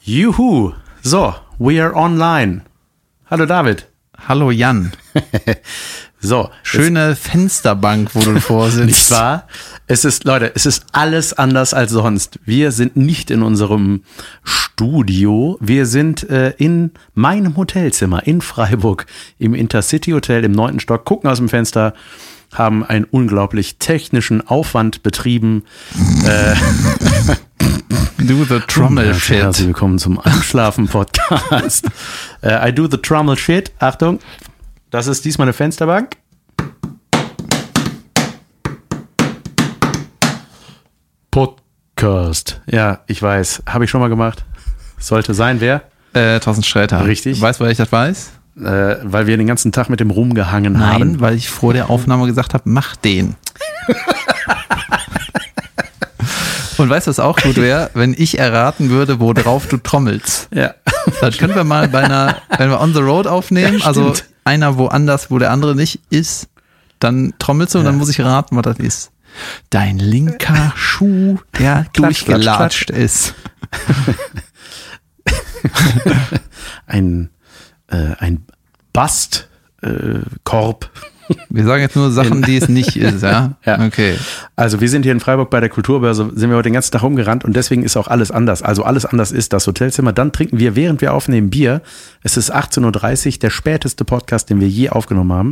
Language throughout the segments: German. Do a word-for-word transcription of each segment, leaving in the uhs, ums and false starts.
Juhu, so, we are online. Hallo David. Hallo Jan. So, schöne jetzt, Fensterbank, wo du vorsitzt. Nicht wahr? Es ist, Leute, es ist alles anders als sonst. Wir sind nicht in unserem Studio. Wir sind äh, in meinem Hotelzimmer in Freiburg im Intercity Hotel im neunten Stock, gucken aus dem Fenster, haben einen unglaublich technischen Aufwand betrieben. äh, Do the Trommel Shit. Herzlich willkommen zum Einschlafen-Podcast. uh, I do the Trommel Shit. Achtung, das ist diesmal eine Fensterbank. Podcast. Ja, ich weiß. Habe ich schon mal gemacht. Sollte sein, wer? Äh, Thorsten Sträter. Richtig. Weißt du, weil ich das weiß? Äh, weil wir den ganzen Tag mit dem rumgehangen Nein, haben. Nein, weil ich vor der Aufnahme gesagt habe, mach den. Und weißt du, was auch gut wäre, wenn ich erraten würde, worauf du trommelst. Ja. Das können wir mal bei einer, wenn wir on the road aufnehmen, ja, also einer woanders, wo der andere nicht ist, dann trommelst du und ja. Dann muss ich raten, was das ist. Dein linker Schuh, der klatsch, durchgelatscht klatsch, klatsch. ist. ein, äh, ein Bastkorb. Äh, Wir sagen jetzt nur Sachen, die es nicht ist, ja? Ja. Okay. Also wir sind hier in Freiburg bei der Kulturbörse, sind wir heute den ganzen Tag rumgerannt und deswegen ist auch alles anders. Also alles anders ist das Hotelzimmer. Dann trinken wir, während wir aufnehmen, Bier. Es ist achtzehn Uhr dreißig, der späteste Podcast, den wir je aufgenommen haben.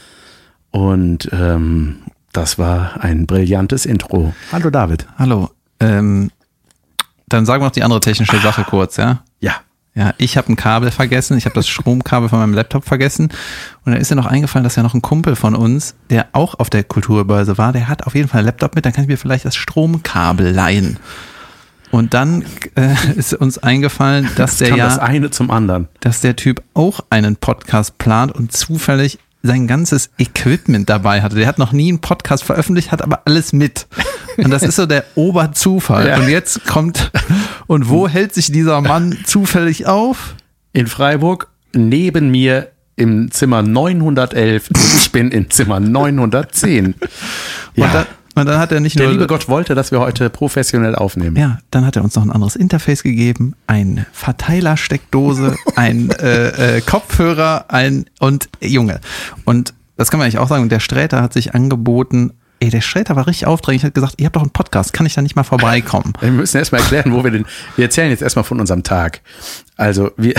Und ähm, das war ein brillantes Intro. Hallo David. Hallo. Ähm, dann sagen wir noch die andere technische Sache kurz, ja? Ja. Ja, ich habe ein Kabel vergessen, ich habe das Stromkabel von meinem Laptop vergessen und da ist mir noch eingefallen, dass ja noch ein Kumpel von uns, der auch auf der Kulturbörse war, der hat auf jeden Fall einen Laptop mit, dann kann ich mir vielleicht das Stromkabel leihen. Und dann äh, ist uns eingefallen, dass das der kam ja, das eine zum anderen, dass der Typ auch einen Podcast plant und zufällig sein ganzes Equipment dabei hatte. Der hat noch nie einen Podcast veröffentlicht, hat aber alles mit. Und das ist so der Oberzufall. Ja. Und jetzt kommt, und wo hält sich dieser Mann zufällig auf? In Freiburg, neben mir im Zimmer neunhundertelf. Ich bin im Zimmer neunhundertzehn. Ja. Und dann, und dann hat er nicht Der nur... liebe Gott wollte, dass wir heute professionell aufnehmen. Ja, dann hat er uns noch ein anderes Interface gegeben, eine Verteilersteckdose, ein äh, äh, Kopfhörer, ein und Junge. Und das kann man eigentlich auch sagen, der Sträter hat sich angeboten. Ey, der Sträter war richtig aufdringlich, hat gesagt, ihr habt doch einen Podcast, kann ich da nicht mal vorbeikommen? Wir müssen erstmal erklären, wo wir denn, wir erzählen jetzt erstmal von unserem Tag. Also, wir,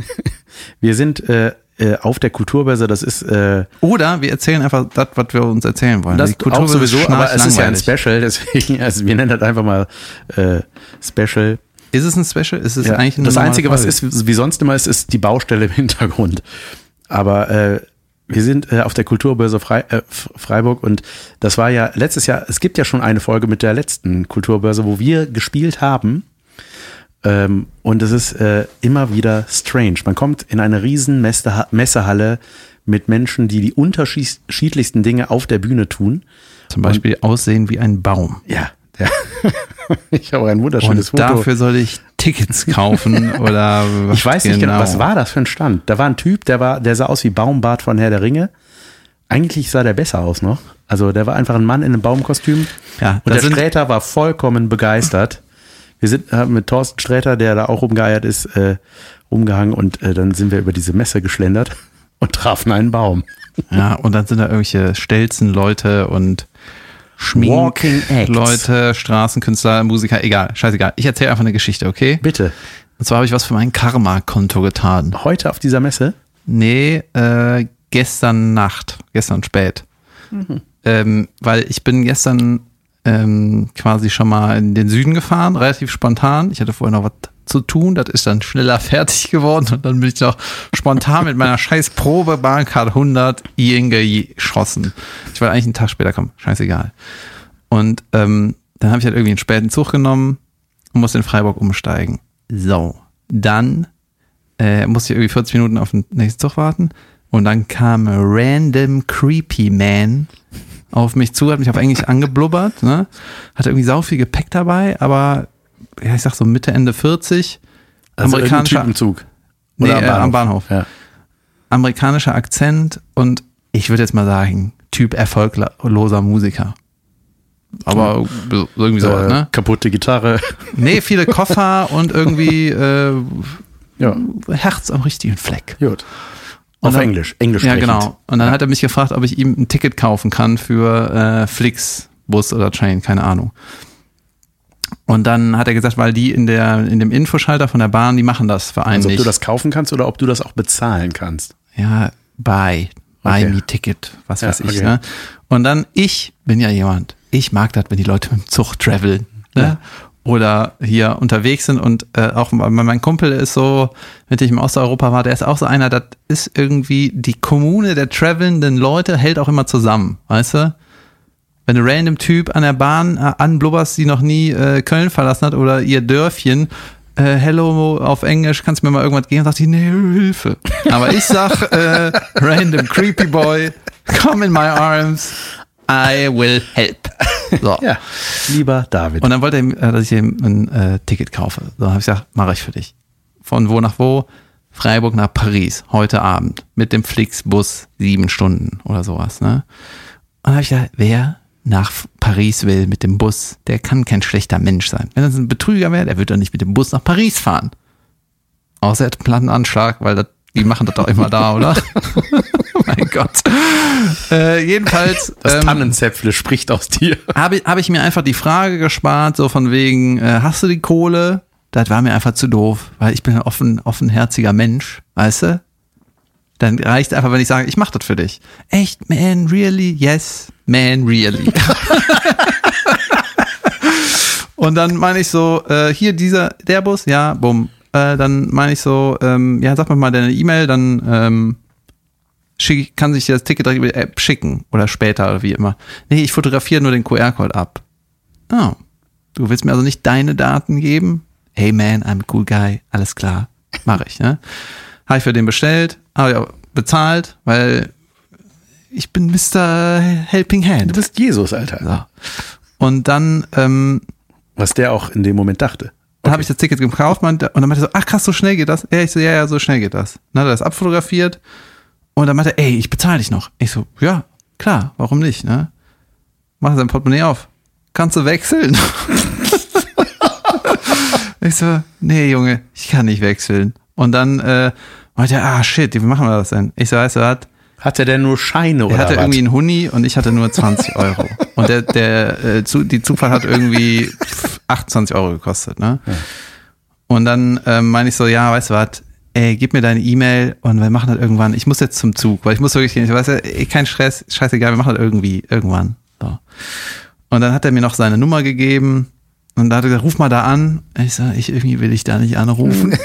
wir sind äh, auf der Kulturbörse, das ist... Äh, Oder wir erzählen einfach das, was wir uns erzählen wollen. Das Die Kulturbörse auch sowieso, aber es langweilig. ist ja ein Special, deswegen, also wir nennen das einfach mal äh, Special. Ist es ein Special? Ist es ja, eigentlich eine Das Einzige, Folge? was ist, wie sonst immer ist, ist die Baustelle im Hintergrund. Aber äh, wir sind äh, auf der Kulturbörse Frei, äh, Freiburg und das war ja letztes Jahr, es gibt ja schon eine Folge mit der letzten Kulturbörse, wo wir gespielt haben ähm, und es ist äh, immer wieder strange. Man kommt in eine riesen Messe- Messehalle mit Menschen, die die unterschiedlichsten Dinge auf der Bühne tun. Zum Beispiel und, aussehen wie ein Baum. Ja, ja. Ich habe ein wunderschönes und Foto. Dafür soll ich Tickets kaufen oder was ich weiß nicht genau, was war das für ein Stand? Da war ein Typ, der war, der sah aus wie Baumbart von Herr der Ringe. Eigentlich sah der besser aus noch. Also der war einfach ein Mann in einem Baumkostüm. Ja, und der Sträter war vollkommen begeistert. Wir sind haben mit Thorsten Sträter, der da auch rumgeeiert ist, äh, rumgehangen und äh, dann sind wir über diese Messe geschlendert und trafen einen Baum. Ja, und dann sind da irgendwelche Stelzen-Leute und Schmink-Leute, Straßenkünstler, Musiker, egal, scheißegal. Ich erzähle einfach eine Geschichte, okay? Bitte. Und zwar habe ich was für mein Karma-Konto getan. Heute auf dieser Messe? Nee, äh, gestern Nacht, gestern spät. Mhm. Ähm, weil ich bin gestern ähm, quasi schon mal in den Süden gefahren, relativ spontan. Ich hatte vorher noch was zu tun, das ist dann schneller fertig geworden und dann bin ich noch spontan mit meiner scheiß Probe Bahncard hundert geschossen. Ich wollte eigentlich einen Tag später kommen, scheißegal. Und ähm, dann habe ich halt irgendwie einen späten Zug genommen und musste in Freiburg umsteigen. So, dann äh, musste ich irgendwie vierzig Minuten auf den nächsten Zug warten und dann kam Random Creepy Man auf mich zu, hat mich auf Englisch angeblubbert, ne? Hatte irgendwie sau viel Gepäck dabei, aber ja, ich sag so Mitte, Ende vierzig. Also amerikanischer Typ im Zug. Oder nee, am Bahnhof. Am Bahnhof. Ja. Amerikanischer Akzent und ich würde jetzt mal sagen, Typ erfolgloser Musiker. Aber irgendwie so, äh, ne? Kaputte Gitarre. Nee, viele Koffer und irgendwie äh, ja. Herz am richtigen Fleck. Gut. Auf dann, Englisch, Englisch Ja, sprechend. genau. Und dann ja. hat er mich gefragt, ob ich ihm ein Ticket kaufen kann für äh, Flix, Bus oder Train, keine Ahnung. Und dann hat er gesagt, weil die in der in dem Infoschalter von der Bahn, die machen das für einen also, ob nicht. du das kaufen kannst oder ob du das auch bezahlen kannst. Ja, buy, buy Okay. me Ticket, was Ja, weiß ich. okay. Ne? Und dann, ich bin ja jemand, ich mag das, wenn die Leute mit dem Zug traveln. Ne? Ja. Oder hier unterwegs sind und äh, auch mein Kumpel ist so, mit dem ich im Osteuropa war, der ist auch so einer, das ist irgendwie, die Kommune der travelnden Leute hält auch immer zusammen, weißt du? Wenn ein random Typ an der Bahn äh, anblubberst, die noch nie äh, Köln verlassen hat oder ihr Dörfchen, äh, hello auf Englisch, kannst du mir mal irgendwas geben? Sagt die, nee, Hilfe. Aber ich sag, äh, random creepy boy, come in my arms, I will help. So. Ja, lieber David. Und dann wollte er, dass ich ihm ein äh, Ticket kaufe. So habe ich gesagt, mache ich für dich. Von wo nach wo? Freiburg nach Paris, heute Abend. Mit dem Flixbus sieben Stunden oder sowas. Ne? Und dann habe ich gesagt, wer nach Paris will mit dem Bus, der kann kein schlechter Mensch sein. Wenn das ein Betrüger wäre, der würde doch nicht mit dem Bus nach Paris fahren. Außer er hat einen Plattenanschlag, weil das, die machen das doch immer da, oder? Mein Gott. Äh, jedenfalls. Das ähm, Tannenzäpfle spricht aus dir. Habe ich, hab ich mir einfach die Frage gespart, so von wegen, äh, hast du die Kohle? Das war mir einfach zu doof, weil ich bin ein offen, offenherziger Mensch, weißt du? Dann reicht einfach, wenn ich sage, ich mach das für dich. Echt, man, really? Yes, man, really. Und dann meine ich so, äh, hier dieser, der Bus, ja, bumm. Äh, dann meine ich so, ähm, ja, sag mir mal deine E-Mail, dann ähm, schick, kann sich das Ticket direkt über die App schicken oder später oder wie immer. Nee, ich fotografiere nur den Q R-Code ab. Oh, du willst mir also nicht deine Daten geben? Hey man, I'm a cool guy, alles klar, mache ich, ne? Habe ich für den bestellt, habe ich auch bezahlt, weil ich bin Mister Helping Hand. Du bist Jesus, Alter. So. Und dann ähm, Was der auch in dem Moment dachte. Dann habe ich das Ticket gekauft und dann meinte er so, ach krass, so schnell geht das? Ja, ich so, ja, ja, so schnell geht das. Dann hat er das abfotografiert und dann meinte er, ey, ich bezahle dich noch. Ich so, ja, klar, warum nicht, ne? Mach sein Portemonnaie auf. Kannst du wechseln? Ich so, nee, Junge, ich kann nicht wechseln. Und dann äh, meinte er, ah, shit, wie machen wir das denn? Ich so, weißt du was? Hat er denn nur Scheine oder Er hatte was? irgendwie einen Huni und ich hatte nur zwanzig Euro. Und der, der, äh, zu, die Zugfahrt hat irgendwie achtundzwanzig Euro gekostet, ne? Ja. Und dann ähm, meine ich so, ja, weißt du was, ey, gib mir deine E-Mail und wir machen das irgendwann. Ich muss jetzt zum Zug, weil ich muss wirklich gehen. Ich weiß ja, ey, kein Stress, scheißegal, wir machen das irgendwie, irgendwann. So. Und dann hat er mir noch seine Nummer gegeben und da hat er gesagt, ruf mal da an. Ich so, ich irgendwie will ich da nicht anrufen.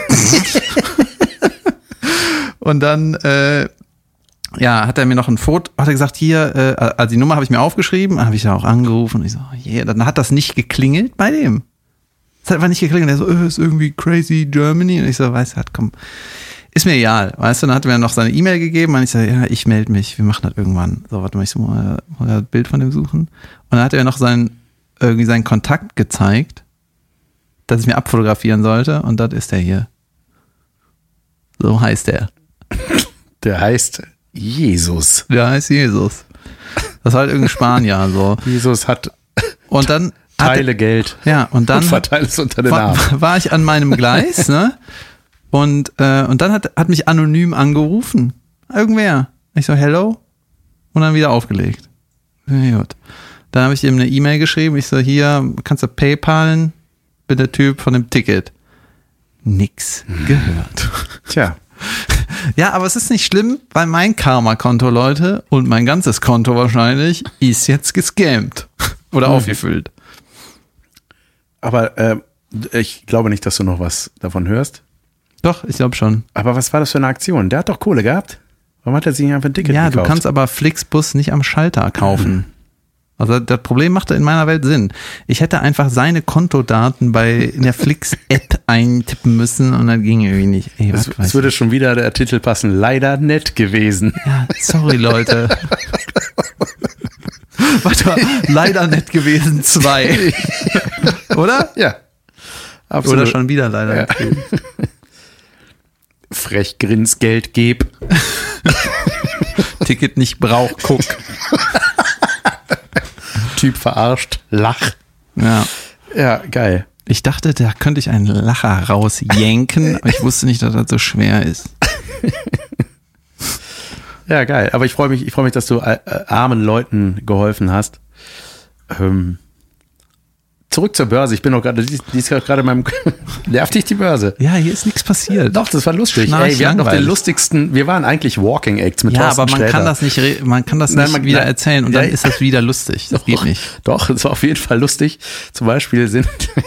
Und dann, äh, ja, hat er mir noch ein Foto, hat er gesagt, hier, äh, also die Nummer habe ich mir aufgeschrieben, habe ich da auch angerufen und ich so, yeah, dann hat das nicht geklingelt bei dem. Es hat einfach nicht geklingelt. Er so, äh, ist irgendwie crazy Germany. Und ich so, weißt du, komm, ist mir egal. Weißt du, dann hat er mir noch seine E-Mail gegeben und ich so, ja, ich melde mich, wir machen das irgendwann. So, warte mal, ich muss mal, mal ein Bild von dem suchen. Und dann hat er mir noch seinen, irgendwie seinen Kontakt gezeigt, dass ich mir abfotografieren sollte und das ist der hier. So heißt der. Der heißt Jesus. Der heißt Jesus. Das ist halt irgendein Spanier, so. Jesus hat und dann Teile hatte, Geld. Ja, und dann und verteile es unter den war, Armen. war ich an meinem Gleis, ne? Und, äh, und dann hat, hat mich anonym angerufen. Irgendwer. Ich so, hello? Und dann wieder aufgelegt. Ja, gut. Dann habe ich ihm eine E-Mail geschrieben. Ich so, hier, kannst du PayPalen? Bin der Typ von dem Ticket. Nix gehört. Tja. Ja, aber es ist nicht schlimm, weil mein Karma-Konto, Leute, und mein ganzes Konto wahrscheinlich, ist jetzt gescammt. Oder Mhm. aufgefüllt. Aber äh, ich glaube nicht, dass du noch was davon hörst. Doch, ich glaube schon. Aber was war das für eine Aktion? Der hat doch Kohle gehabt. Warum hat er sich nicht einfach ein Ticket Ja, gekauft? du kannst aber Flixbus nicht am Schalter kaufen. Mhm. Also das Problem machte in meiner Welt Sinn. Ich hätte einfach seine Kontodaten bei in der Flix-App eintippen müssen und dann ging irgendwie nicht. Ey, es, es würde schon wieder der Titel passen. Leider nett gewesen. Ja, sorry Leute. Warte mal, leider nett gewesen zwei. Oder? Ja. Absolut. Oder schon wieder leider ja. nett gewesen. Frech Grinsgeld geb. Ticket nicht brauch, guck. Typ verarscht, lach. Ja. Ja, geil. Ich dachte, da könnte ich einen Lacher rausjenken, aber ich wusste nicht, dass das so schwer ist. Ja, geil. Aber ich freue mich, ich freue mich, dass du äh, armen Leuten geholfen hast. Ähm, zurück zur Börse. Ich bin noch gerade, die, die ist gerade in meinem, nervt dich die Börse? Ja, hier ist nichts passiert. Doch, das war lustig. Schnarch Ey, wir hatten noch den langweilig. lustigsten, wir waren eigentlich Walking Acts mit Ja, Thorsten aber man Sträter. kann das nicht, re- man kann das Nein, nicht man- wieder nein. erzählen und Ja, dann ist das wieder lustig. Das geht nicht. Doch, es war auf jeden Fall lustig. Zum Beispiel sind,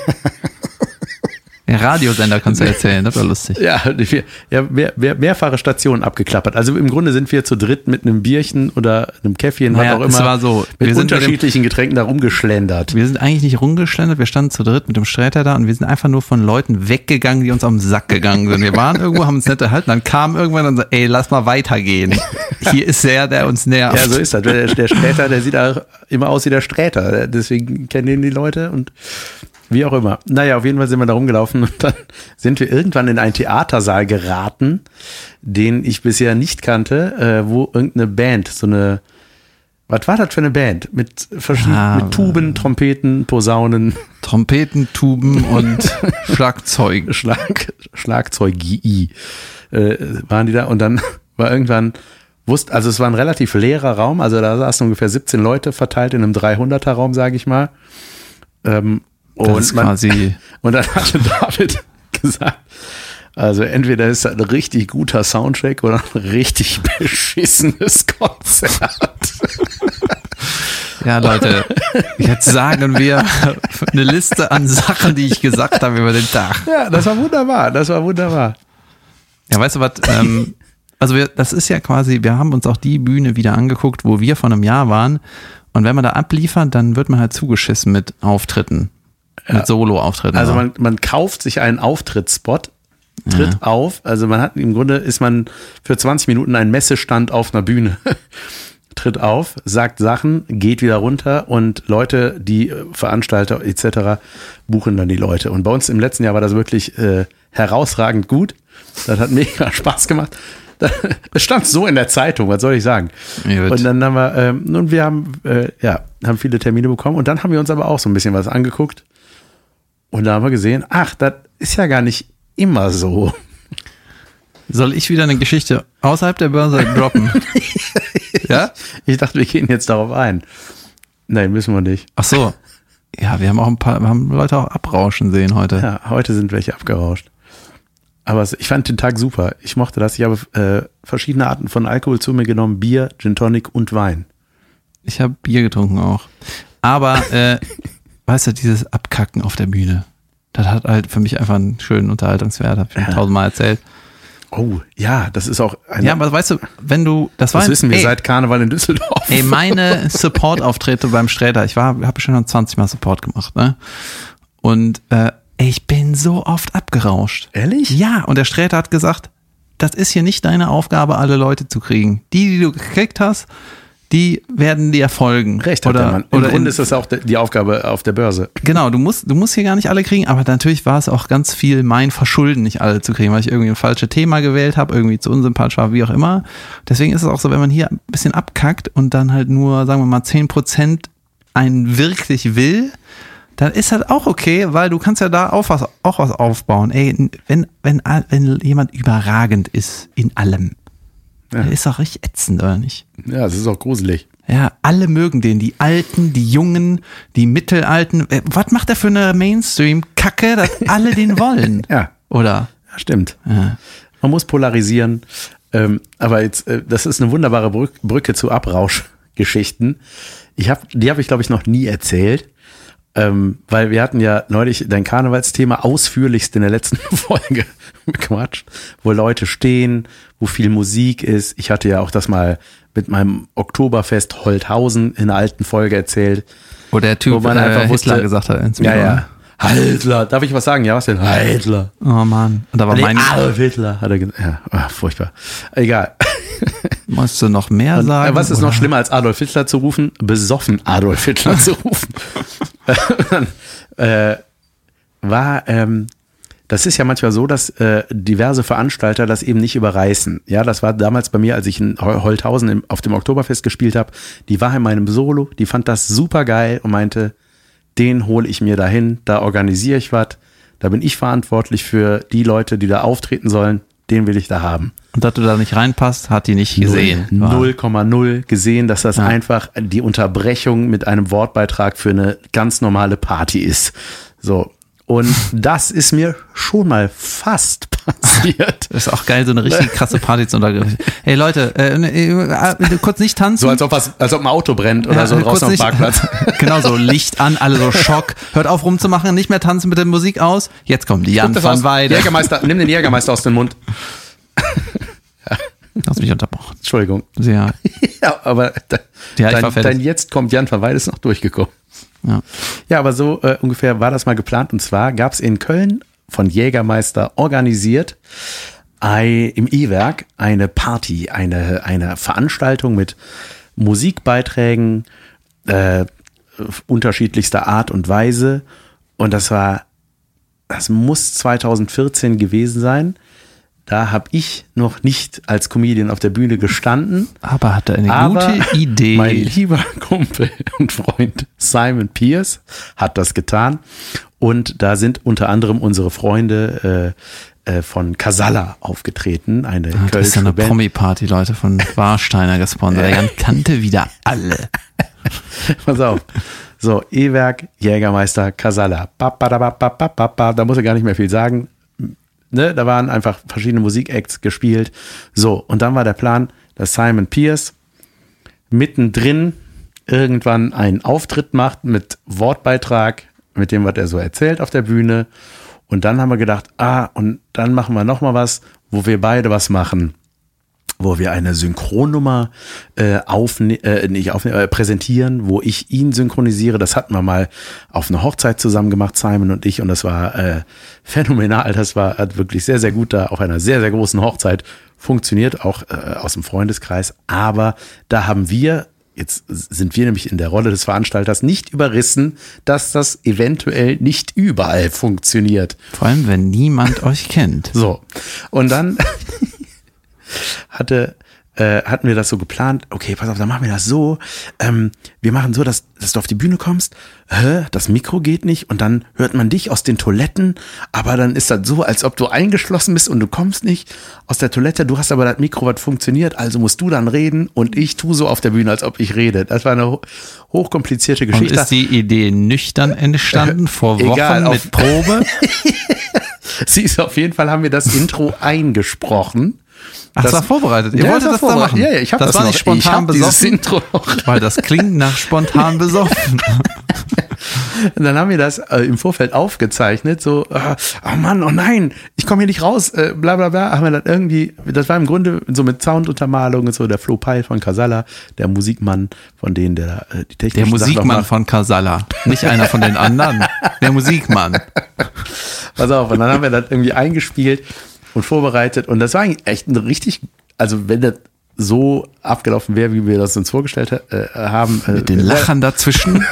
Der Radiosender kannst du erzählen, das war lustig. ja, wir, ja mehr, mehr, mehrfache Stationen abgeklappert. Also im Grunde sind wir zu dritt mit einem Bierchen oder einem Käffchen, Naja, was auch es immer, war so, mit wir sind bei dem- unterschiedlichen Getränken da rumgeschlendert. Wir sind eigentlich nicht rumgeschlendert, wir standen zu dritt mit dem Sträter da und wir sind einfach nur von Leuten weggegangen, die uns am Sack gegangen sind. Wir waren irgendwo, haben uns nett erhalten, dann kam irgendwann und so, ey, lass mal weitergehen. Hier ist der, der uns nervt. Ja, so ist das. Der, der Sträter, der sieht auch immer aus wie der Sträter. Deswegen kennen ihn die Leute und wie auch immer. Naja, auf jeden Fall sind wir da rumgelaufen und dann sind wir irgendwann in einen Theatersaal geraten, den ich bisher nicht kannte, äh, wo irgendeine Band, so eine, was war das für eine Band? Mit verschiedenen, Ah, mit Tuben, Trompeten, Posaunen, Trompeten, Tuben und Schlagzeug. Schlag, Schlagzeug, G I, äh, waren die da und dann war irgendwann, wusst, also es war ein relativ leerer Raum, also da saßen ungefähr siebzehn Leute verteilt in einem dreihunderter Raum, sage ich mal. Ähm, Das und, ist man, quasi, und dann hatte David gesagt, also entweder ist das ein richtig guter Soundcheck oder ein richtig beschissenes Konzert. ja Leute, jetzt sagen wir eine Liste an Sachen, die ich gesagt habe über den Tag. Ja, das war wunderbar, das war wunderbar. Ja, weißt du was, ähm, also wir, das ist ja quasi, wir haben uns auch die Bühne wieder angeguckt, wo wir vor einem Jahr waren und wenn man da abliefert, dann wird man halt zugeschissen mit Auftritten, mit Ja. Solo-Auftritten. Also so. man, man kauft sich einen Auftrittsspot, tritt Ja. auf, also man hat, im Grunde ist man für zwanzig Minuten ein Messestand auf einer Bühne. Tritt auf, sagt Sachen, geht wieder runter und Leute, die äh, Veranstalter et cetera buchen dann die Leute. Und bei uns im letzten Jahr war das wirklich äh, herausragend gut. Das hat mega Spaß gemacht. Es stand so in der Zeitung, was soll ich sagen? Gut. Und dann haben wir, ähm, nun wir haben, äh, ja, haben viele Termine bekommen und dann haben wir uns aber auch so ein bisschen was angeguckt. Und da haben wir gesehen, ach, das ist ja gar nicht immer so. Soll ich wieder eine Geschichte außerhalb der Börse droppen? Ja? Ich dachte, wir gehen jetzt darauf ein. Nein, müssen wir nicht. Ach so. Ja, wir haben auch ein paar, wir haben Leute auch abrauschen sehen heute. Ja, heute sind welche abgerauscht. Aber es, ich fand den Tag super. Ich mochte das. Ich habe äh, verschiedene Arten von Alkohol zu mir genommen. Bier, Gin Tonic und Wein. Ich habe Bier getrunken auch. Aber, äh, weißt du, dieses Abkacken auf der Bühne, das hat halt für mich einfach einen schönen Unterhaltungswert, habe ich schon Ja. tausendmal erzählt. Oh, ja, das ist auch eine, Ja, aber weißt du, wenn du, das war das wissen wir ey, seit Karneval in Düsseldorf. Ey, meine Support-Auftritte beim Sträter, ich war, habe schon zwanzig Mal Support gemacht, ne? Und äh, ey, ich bin so oft abgerauscht. Ehrlich? Ja, und der Sträter hat gesagt, das ist hier nicht deine Aufgabe, alle Leute zu kriegen. Die, die du gekriegt hast, die werden dir folgen. Recht hat oder, der Mann. Im oder Grunde in, ist das auch die Aufgabe auf der Börse. Genau, du musst, du musst hier gar nicht alle kriegen, aber natürlich war es auch ganz viel mein Verschulden, nicht alle zu kriegen, weil ich irgendwie ein falsches Thema gewählt habe, irgendwie zu unsympathisch war, wie auch immer. Deswegen ist es auch so, wenn man hier ein bisschen abkackt und dann halt nur, sagen wir mal, zehn Prozent einen wirklich will, dann ist das auch okay, weil du kannst ja da auch was, auch was aufbauen. Ey, wenn, wenn, wenn jemand überragend ist in allem, Ja. der ist doch richtig ätzend, oder nicht? Ja, das ist auch gruselig. Ja, alle mögen den, die Alten, die Jungen, die Mittelalten. Äh, Was macht der für eine Mainstream-Kacke, dass alle den wollen? Ja, Oder? ja stimmt. Ja. Man muss polarisieren. Ähm, aber jetzt, äh, das ist eine wunderbare Brück, Brücke zu Abrauschgeschichten. Ich hab, die habe ich, glaube ich, noch nie erzählt. Ähm, weil wir hatten ja neulich dein Karnevalsthema ausführlichst in der letzten Folge bequatscht, wo Leute stehen, wo viel Musik ist. Ich hatte ja auch das mal mit meinem Oktoberfest Holthausen in einer alten Folge erzählt. Wo der Typ Wo man äh, einfach Hitler wusste- gesagt hat. ins Ja, Mikro. ja. Hitler. Darf ich was sagen? Ja, was denn? Hitler. Oh Mann. Und da war Nee, mein, Adolf Hitler, hat er gesagt. Ja, ah, furchtbar. Egal. musst du noch mehr Und, sagen? äh, was ist oder? noch schlimmer als Adolf Hitler zu rufen? Besoffen Adolf Hitler zu rufen. Dann, äh, war, ähm, das ist ja manchmal so, dass äh, diverse Veranstalter das eben nicht überreißen. Ja, das war damals bei mir, als ich in Holthausen im, auf dem Oktoberfest gespielt habe. Die war in meinem Solo, die fand das super geil und meinte, den hole ich mir dahin, da organisiere ich was, da bin ich verantwortlich für die Leute, die da auftreten sollen, den will ich da haben. Und dass du da nicht reinpasst, hat die nicht gesehen. null Komma null gesehen, dass das ja. einfach die Unterbrechung mit einem Wortbeitrag für eine ganz normale Party ist. So. Und das ist mir schon mal fast passiert. Das ist auch geil, so eine richtig krasse Party zu unterbrechen. Hey Leute, äh, äh, kurz nicht tanzen. So als ob, was, als ob ein Auto brennt oder ja, so draußen am Parkplatz. Genau so, Licht an, alle so Schock. Hört auf rumzumachen, nicht mehr tanzen mit der Musik aus. Jetzt kommt Jan van Weide. Jägermeister, nimm den Jägermeister aus dem Mund. Hast mich unterbrochen. Entschuldigung. Ja, ja aber da, ja, dein, dein Jetzt kommt Jan van Weide ist noch durchgekommen. Ja. ja, aber so äh, ungefähr war das mal geplant. Und zwar gab es in Köln von Jägermeister organisiert ein, im E-Werk eine Party, eine, eine Veranstaltung mit Musikbeiträgen äh, unterschiedlichster Art und Weise. Und das war, das muss zweitausendvierzehn gewesen sein. Da habe ich noch nicht als Comedian auf der Bühne gestanden. Aber hatte eine aber gute Idee. Mein lieber Kumpel und Freund Simon Pierce hat das getan. Und da sind unter anderem unsere Freunde äh, äh, von Casalla aufgetreten. Eine ah, das ist ja eine Promi-Party, Leute, von Warsteiner gesponsert. Der Jan kannte wieder alle. Pass auf. So, E-Werk, Jägermeister, Casalla. Da muss er gar nicht mehr viel sagen. Ne, da waren einfach verschiedene Musikacts gespielt. So, und dann war der Plan, dass Simon Pierce mittendrin irgendwann einen Auftritt macht mit Wortbeitrag, mit dem, was er so erzählt auf der Bühne. Und dann haben wir gedacht, ah, und dann machen wir noch mal was, wo wir beide was machen. Wo wir eine Synchronnummer äh, aufne- äh, nicht aufne- äh, präsentieren, wo ich ihn synchronisiere. Das hatten wir mal auf einer Hochzeit zusammen gemacht, Simon und ich, und das war äh, phänomenal. Das war hat wirklich sehr, sehr gut da auf einer sehr, sehr großen Hochzeit funktioniert, auch äh, aus dem Freundeskreis. Aber da haben wir, jetzt sind wir nämlich in der Rolle des Veranstalters, nicht überrissen, dass das eventuell nicht überall funktioniert. Vor allem, wenn niemand euch kennt. So, und dann hatte, äh, hatten wir das so geplant, okay, pass auf, dann machen wir das so, ähm, wir machen so, dass, dass du auf die Bühne kommst, hä, das Mikro geht nicht und dann hört man dich aus den Toiletten, aber dann ist das so, als ob du eingeschlossen bist und du kommst nicht aus der Toilette, du hast aber das Mikro, was funktioniert, also musst du dann reden und ich tue so auf der Bühne, als ob ich rede. Das war eine ho- hochkomplizierte Geschichte. Und ist die Idee nüchtern entstanden, vor Wochen Egal, mit Probe? Sie ist auf jeden Fall, haben wir das Intro eingesprochen. Ach, das war vorbereitet. Ihr ja, wolltet das, das da machen. Ja, ja, ich habe das, das war noch. nicht spontan besoffen. Intro noch. Weil das klingt nach spontan besoffen. Und dann haben wir das äh, im Vorfeld aufgezeichnet, so, äh, oh Mann, oh nein, ich komme hier nicht raus, äh, bla bla bla, haben wir das irgendwie, das war im Grunde so mit Sounduntermalung und so, der Flo Peil von Casalla, der Musikmann von denen, der äh, die Technik Der Musikmann von Casalla, nicht einer von den anderen, der Musikmann. Pass auf, und dann haben wir das irgendwie eingespielt und vorbereitet und das war eigentlich echt ein richtig, also wenn das so abgelaufen wäre, wie wir das uns vorgestellt äh, haben. Äh, Mit den Lachern dazwischen.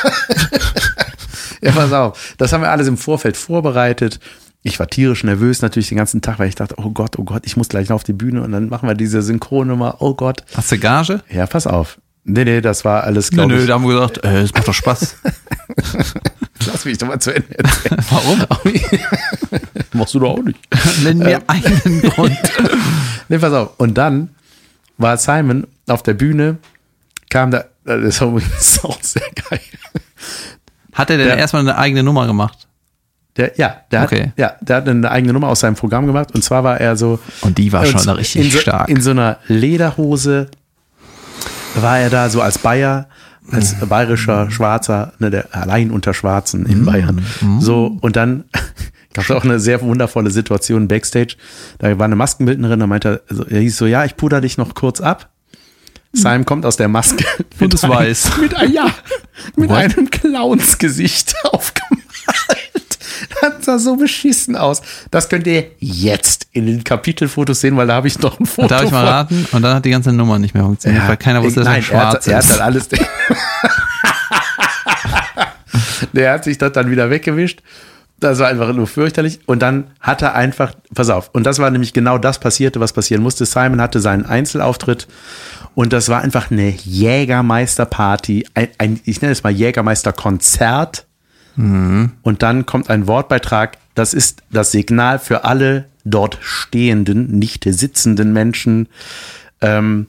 Ja, pass auf. Das haben wir alles im Vorfeld vorbereitet. Ich war tierisch nervös natürlich den ganzen Tag, weil ich dachte, oh Gott, oh Gott, ich muss gleich noch auf die Bühne und dann machen wir diese Synchronnummer, oh Gott. Hast du Gage? Ja, pass auf. Nee, nee, das war alles, glaube ich. Nö, nö, da haben wir gesagt, äh, es macht doch Spaß. Lass mich doch mal zu Ende erzählen. Warum? Machst du doch auch nicht. Nenn mir einen Grund. Nee, pass auf. Und dann war Simon auf der Bühne, kam da, das war übrigens auch sehr geil. Hat er denn der, erstmal eine eigene Nummer gemacht? Der, ja, der okay. hat, ja, der hat eine eigene Nummer aus seinem Programm gemacht und zwar war er so. Und die war schon richtig in so, stark. In so einer Lederhose war er da so als Bayer, als mhm. bayerischer Schwarzer, ne, der allein unter Schwarzen in mhm. Bayern. Mhm. So, und dann gab es auch eine sehr wundervolle Situation Backstage. Da war eine Maskenbildnerin, da meinte er, also, er hieß so, ja, ich puder dich noch kurz ab. Simon kommt aus der Maske und es weiß. Mit, ein, ja, mit einem Clownsgesicht aufgemalt. Das sah so beschissen aus. Das könnt ihr jetzt in den Kapitelfotos sehen, weil da habe ich noch ein Foto. Und da habe ich mal raten und dann hat die ganze Nummer nicht mehr funktioniert, ja, weil keiner wusste, dass er schwarz ist. Er hat dann alles. Der hat sich das dann wieder weggewischt. Das war einfach nur fürchterlich. Und dann hat er einfach, pass auf, und das war nämlich genau das passierte, was passieren musste. Simon hatte seinen Einzelauftritt und das war einfach eine Jägermeister-Party, ein, ein, ich nenne es mal Jägermeister-Konzert. Mhm. Und dann kommt ein Wortbeitrag, das ist das Signal für alle dort stehenden, nicht sitzenden Menschen. Ähm,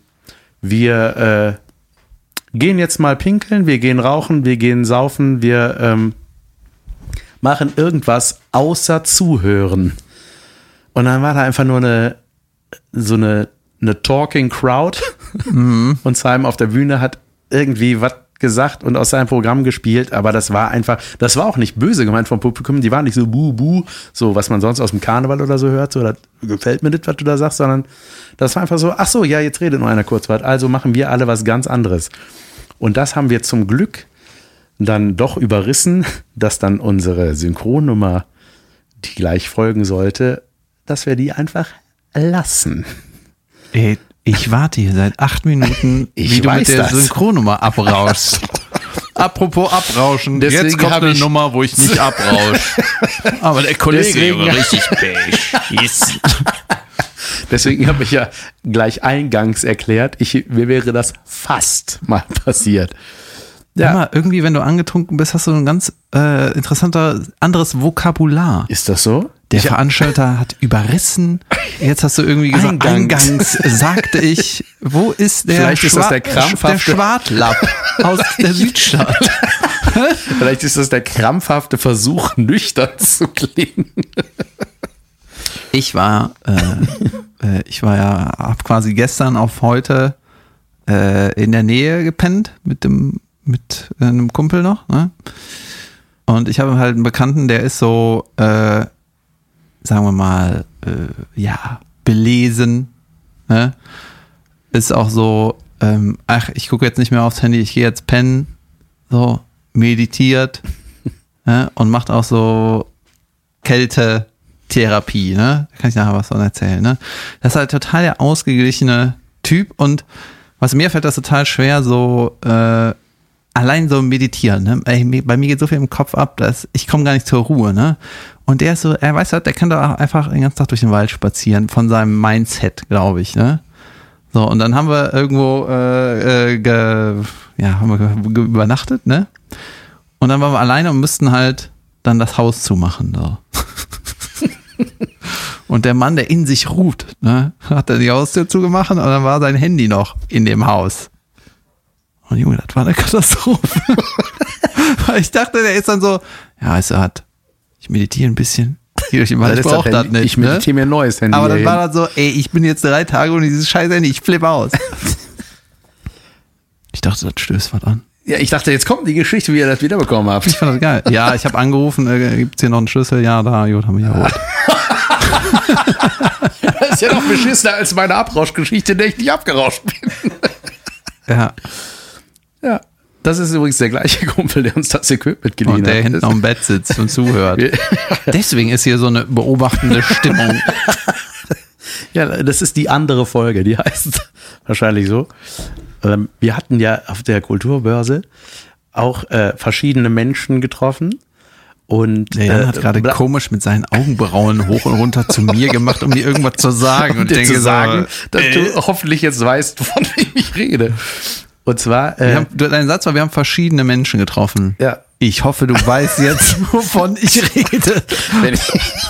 wir äh, gehen jetzt mal pinkeln, wir gehen rauchen, wir gehen saufen, wir ähm, machen irgendwas außer zuhören. Und dann war da einfach nur eine so eine, eine Talking Crowd mhm. und Simon auf der Bühne hat irgendwie was gesagt und aus seinem Programm gespielt, aber das war einfach, das war auch nicht böse gemeint vom Publikum, die waren nicht so buh, buh, so was man sonst aus dem Karneval oder so hört, so, das gefällt mir nicht, was du da sagst, sondern das war einfach so, ach so, ja, jetzt redet nur einer kurz was, also machen wir alle was ganz anderes. Und das haben wir zum Glück dann doch überrissen, dass dann unsere Synchronnummer, die gleich folgen sollte, dass wir die einfach lassen. Ey, ich warte hier seit acht Minuten, ich wie du mit der das. Synchronnummer abrauschst. Apropos abrauschen, Deswegen jetzt kommt eine ich Nummer, wo ich nicht abrausche. Aber der Kollege war richtig beige. Yes. Deswegen habe ich ja gleich eingangs erklärt, ich, mir wäre das fast mal passiert. Ja. Mal, irgendwie, wenn du angetrunken bist, hast du ein ganz äh, interessanter anderes Vokabular. Ist das so? Der ich Veranstalter hat überrissen. Jetzt hast du irgendwie gesagt, eingangs, eingangs sagte ich, wo ist der, Vielleicht ist Schwa- das der, krampfhafte der Schwartlapp aus der Südstadt? Vielleicht ist das der krampfhafte Versuch, nüchtern zu klingen. Ich war, äh, ich war ja, hab quasi gestern auf heute äh, in der Nähe gepennt mit dem mit einem Kumpel noch, ne? Und ich habe halt einen Bekannten, der ist so, äh, sagen wir mal, äh, ja, belesen, ne? Ist auch so, ähm, ach, ich gucke jetzt nicht mehr aufs Handy, ich gehe jetzt pennen, so, meditiert, ne? Und macht auch so Kältetherapie, ne? Da kann ich nachher was von erzählen, ne? Das ist halt total der ausgeglichene Typ und was mir fällt das total schwer, so, äh, allein so meditieren, ne? Bei mir geht so viel im Kopf ab, dass ich komme gar nicht zur Ruhe, ne? Und der ist so, er weiß halt, der kann da einfach den ganzen Tag durch den Wald spazieren, von seinem Mindset, glaube ich, ne? So, und dann haben wir irgendwo, äh, äh, ge, ja, haben wir ge, ge, übernachtet, ne? Und dann waren wir alleine und müssten halt dann das Haus zumachen, so. Und der Mann, der in sich ruht, ne? Hat dann die Haustür zugemacht und dann war sein Handy noch in dem Haus. Und Junge, das war eine Katastrophe. Weil ich dachte, der ist dann so, ja, also hat, ich meditiere ein bisschen. Ich brauche das nicht. Ich meditiere mir ein neues Handy. Aber dann war das so, ey, ich bin jetzt drei Tage und dieses scheiß Handy, ich flippe aus. Ich dachte, das stößt was an. Ja, ich dachte, jetzt kommt die Geschichte, wie ihr das wiederbekommen habt. Ich fand das geil. Ja, ich habe angerufen, äh, gibt es hier noch einen Schlüssel? Ja, da, gut, haben wir geholt. Das ist ja noch beschissener als meine Abrauschgeschichte, in der ich nicht abgerauscht bin. Ja. Ja, das ist übrigens der gleiche Kumpel, der uns das Equipment geliehen hat. Und der hinten am Bett sitzt und zuhört. Deswegen ist hier so eine beobachtende Stimmung. Ja, das ist die andere Folge, die heißt wahrscheinlich so. Wir hatten ja auf der Kulturbörse auch äh, verschiedene Menschen getroffen. Und der Jan hat äh, gerade komisch mit seinen Augenbrauen hoch und runter zu mir gemacht, um mir irgendwas zu sagen. Und, und denke zu sagen, so, dass äh, du hoffentlich jetzt weißt, von wem ich rede. Und zwar... Äh, wir haben, dein Satz war, wir haben verschiedene Menschen getroffen. Ja. Ich hoffe, du weißt jetzt, wovon ich rede. Wenn ich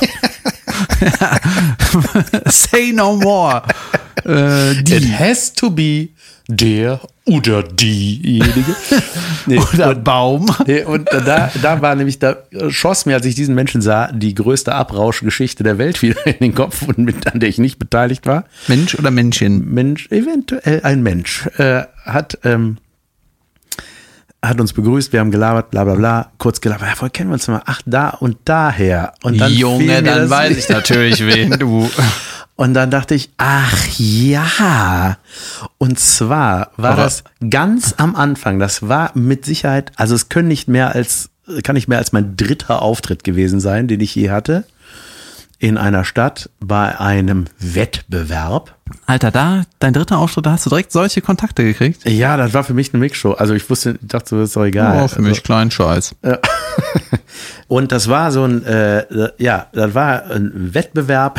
Say no more. Äh, die. It has to be der oder diejenige. Nee, oder und, Baum. Nee, und da, da war nämlich, da schoss mir, als ich diesen Menschen sah, die größte Abrauschgeschichte der Welt wieder in den Kopf, und mit, an der ich nicht beteiligt war. Mensch oder Männchen? Mensch, eventuell ein Mensch. Äh, hat, ähm, hat uns begrüßt, wir haben gelabert, bla bla bla, kurz gelabert, ja, woher kennen wir uns mal? Ach, da und daher. Und dann Junge, dann weiß ich natürlich, wen du... Und dann dachte ich, ach ja. Und zwar war Aber das ganz am Anfang, das war mit Sicherheit, also es können nicht mehr als, kann nicht mehr als mein dritter Auftritt gewesen sein, den ich je hatte. in einer Stadt bei einem Wettbewerb. Alter, da, dein dritter Auftritt, da hast du direkt solche Kontakte gekriegt? Ja, das war für mich eine Mixshow. Also ich wusste, ich dachte so, ist doch egal. Oh, für mich also, kleinen Scheiß. Und das war so ein, äh, ja, das war ein Wettbewerb.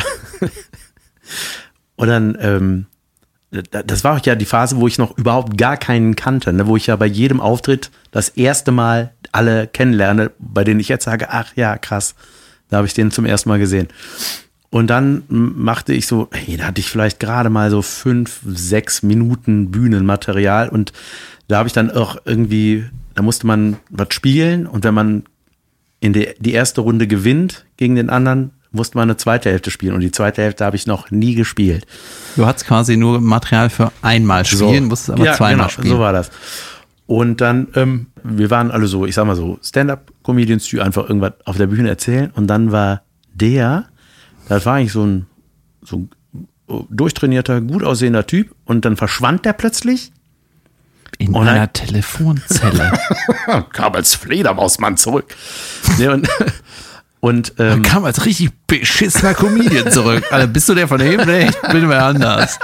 Und dann, ähm, das war auch ja die Phase, wo ich noch überhaupt gar keinen kannte, ne? Wo ich ja bei jedem Auftritt das erste Mal alle kennenlerne, bei denen ich jetzt sage, ach ja, krass, da habe ich den zum ersten Mal gesehen. Und dann machte ich so, hey, da hatte ich vielleicht gerade mal so fünf, sechs Minuten Bühnenmaterial und da habe ich dann auch irgendwie, da musste man was spielen und wenn man in die, die erste Runde gewinnt gegen den anderen, musste man eine zweite Hälfte spielen und die zweite Hälfte habe ich noch nie gespielt. Du hattest quasi nur Material für einmal spielen, so, musstest aber ja, zweimal genau, spielen. So war das. Und dann, ähm, wir waren alle so, ich sag mal so, Stand-up-Comedians, die einfach irgendwas auf der Bühne erzählen und dann war der, das war eigentlich so ein, so ein durchtrainierter, gut aussehender Typ und dann verschwand der plötzlich. In und einer dann, Telefonzelle. kam als Fledermausmann zurück. Ja, und und ähm, kam als richtig beschissener Comedian zurück. Alter, bist du der von dem? Nee, ich bin mir anders.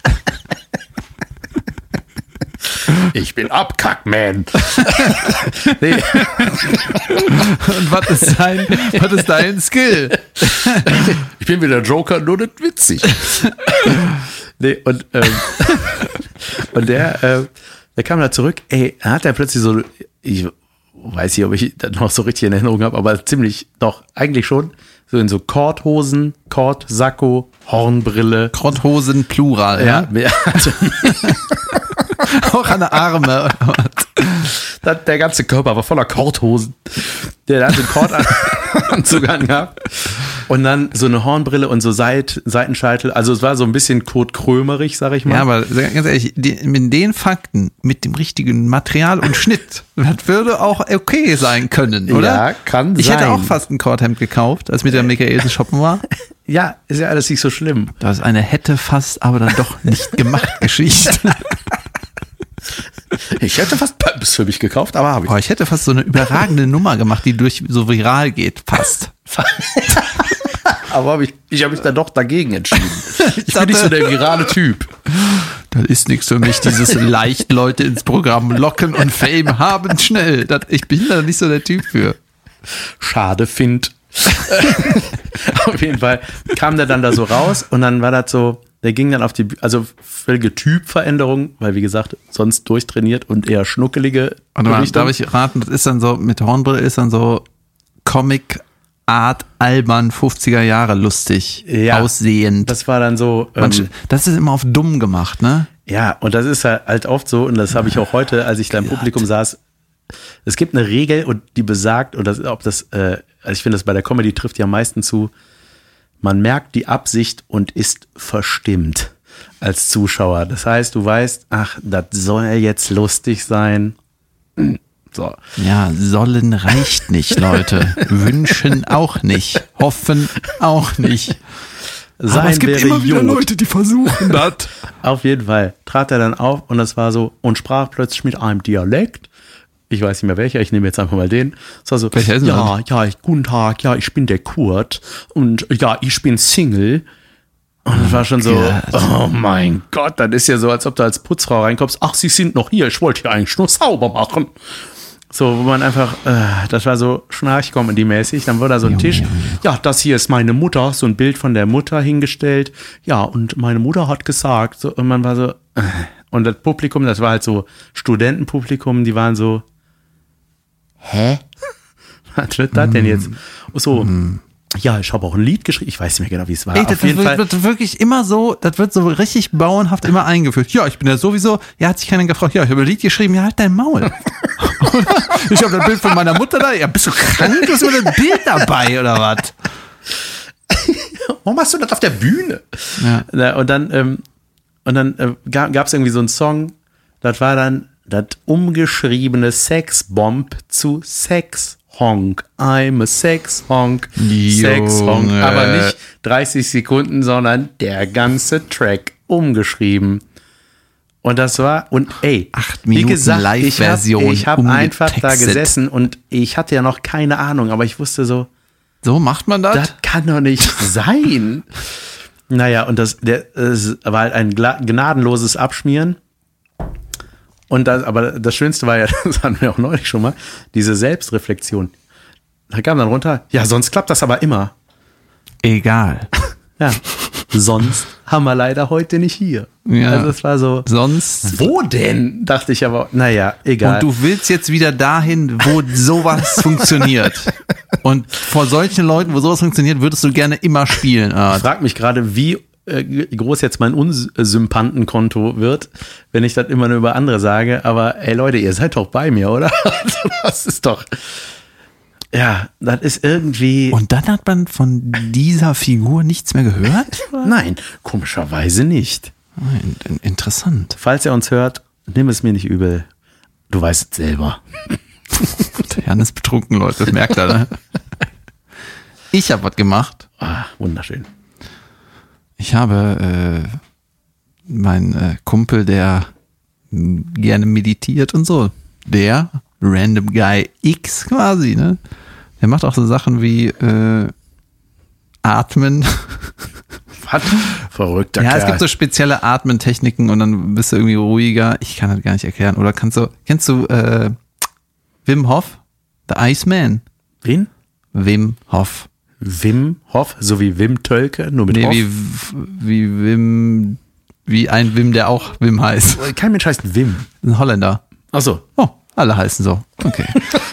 Ich bin Abkackman. Nee. Und was ist dein, was ist dein Skill? Ich bin wie der Joker, nur nicht witzig. Nee, und, ähm, und der, äh, der kam da zurück, ey, er hat da plötzlich so, ich weiß nicht, ob ich das noch so richtig in Erinnerung habe, aber ziemlich, doch, eigentlich schon, so in so Korthosen, Kord, Sakko, Hornbrille. Korthosen, Plural, ja. ja. Also, auch an der Arme. Das, der ganze Körper war voller Korthosen. Der hat einen Kordanzug angehabt. Und dann so eine Hornbrille und so Seit, Seitenscheitel. Also es war so ein bisschen Kurt Krömerig, sag ich mal. Ja, aber ganz ehrlich, die, mit den Fakten, mit dem richtigen Material und Schnitt, das würde auch okay sein können, oder? Ja, kann ich sein. Ich hätte auch fast ein Korthemd gekauft, als mit der Michaelsen shoppen war. Ja, ist ja alles nicht so schlimm. Das ist eine hätte fast, aber dann doch nicht gemacht Geschichte. Ich hätte fast Pumps für mich gekauft, aber habe ich. Oh, ich hätte fast so eine überragende Nummer gemacht, die durch so viral geht, fast. Aber hab ich, ich habe mich dann doch dagegen entschieden. Ich bin nicht so der virale Typ. Das ist nichts für mich, dieses leicht Leute ins Programm locken und Fame haben schnell. Das, ich bin da nicht so der Typ für. Schade, Find. Auf jeden Fall kam der dann da so raus und dann war das so, der ging dann auf die, also völlige Typveränderung, weil wie gesagt, sonst durchtrainiert und eher schnuckelige. Und dann darf ich raten, das ist dann so, mit Hornbrille ist dann so Comic Art albern fünfziger Jahre lustig ja, aussehend. Das war dann so. Manche, ähm, das ist immer auf dumm gemacht, ne? Ja, und das ist halt oft so, und das habe ich auch heute, als ich da im Publikum saß. Es gibt eine Regel und die besagt, und das, ob das, äh, also ich finde, das bei der Comedy trifft ja am meisten zu, man merkt die Absicht und ist verstimmt als Zuschauer. Das heißt, du weißt, ach, das soll jetzt lustig sein. So. Ja, sollen reicht nicht, Leute. Wünschen auch nicht. Hoffen auch nicht. Sein Aber es gibt wäre immer wieder Jod. Leute, die versuchen das. Auf jeden Fall trat er dann auf und das war so, und sprach plötzlich mit einem Dialekt. Ich weiß nicht mehr welcher, ich nehme jetzt einfach mal den. Es war so, welcher ist ja, das? ja, ich, guten Tag, ja, ich bin der Kurt und ja, ich bin Single. Und das war schon so, oh mein Gott, das ist ja so, als ob du als Putzfrau reinkommst. Ach, Sie sind noch hier, ich wollte hier eigentlich nur sauber machen. So, wo man einfach, äh, das war so Schnarch-Comedy-mäßig. Dann wurde da so ein Tisch. Ja, das hier ist meine Mutter. So ein Bild von der Mutter hingestellt. Ja, und meine Mutter hat gesagt. So, und man war so, äh. Und das Publikum, das war halt so Studentenpublikum, die waren so, hä? Was wird das denn jetzt? So, mm. ja, ich habe auch ein Lied geschrieben. Ich weiß nicht mehr genau, wie es war. Ey, Auf das jeden wird, Fall. wird wirklich immer so, das wird so richtig bauernhaft immer eingeführt. Ja, ich bin ja sowieso, ja, hat sich keiner gefragt, ja, ich habe ein Lied geschrieben, ja, halt dein Maul. Ich habe das Bild von meiner Mutter da, ja, bist du krank? Du hast immer das Bild dabei, oder was? Warum machst du das auf der Bühne? Ja. Und dann, ähm, und dann äh, gab es irgendwie so einen Song, das war dann das umgeschriebene Sexbomb zu Sex. Honk, I'm a Sex Honk, Sex Honk, aber nicht dreißig Sekunden, sondern der ganze Track umgeschrieben. Und das war, und ey, acht Minuten wie gesagt, Live-Version ich habe hab einfach da gesessen und ich hatte ja noch keine Ahnung, aber ich wusste so, So macht man das? Das kann doch nicht sein. Naja, und das, der, das war halt ein gnadenloses Abschmieren. Und das, aber das Schönste war ja, das hatten wir auch neulich schon mal, diese Selbstreflexion. Da kam dann runter, ja, sonst klappt das aber immer. Egal. Ja, sonst haben wir leider heute nicht hier. Ja. Also es war so, sonst. Wo denn? Dachte ich aber, naja, egal. Und du willst jetzt wieder dahin, wo sowas funktioniert. Und vor solchen Leuten, wo sowas funktioniert, würdest du gerne immer spielen. Ich frage mich gerade, wie groß jetzt mein Unsympantenkonto wird, wenn ich das immer nur über andere sage. Aber ey Leute, ihr seid doch bei mir, oder? Das ist doch... Ja, das ist irgendwie... Und dann hat man von dieser Figur nichts mehr gehört? Nein, komischerweise nicht. Nein, interessant. Falls er uns hört, nimm es mir nicht übel. Du weißt es selber. Der Jan ist betrunken, Leute, das merkt er, ne? Ich habe was gemacht. Ah, wunderschön. Ich habe äh, meinen äh, Kumpel, der m, gerne meditiert und so, der Random Guy X quasi, ne? Der macht auch so Sachen wie äh, Atmen. Was? Verrückter Ja, Kerl. es gibt so spezielle Atmentechniken und dann bist du irgendwie ruhiger. Ich kann das gar nicht erklären. Oder kannst du, kennst du äh, Wim Hof? The Iceman. Wen? Wim Hof. Wim Hof, so wie Wim Tölke, nur mit Nee, Hof. wie, wie Wim, wie ein Wim, der auch Wim heißt. Kein Mensch heißt Wim. Ein Holländer. Ach so. Oh, alle heißen so. Okay.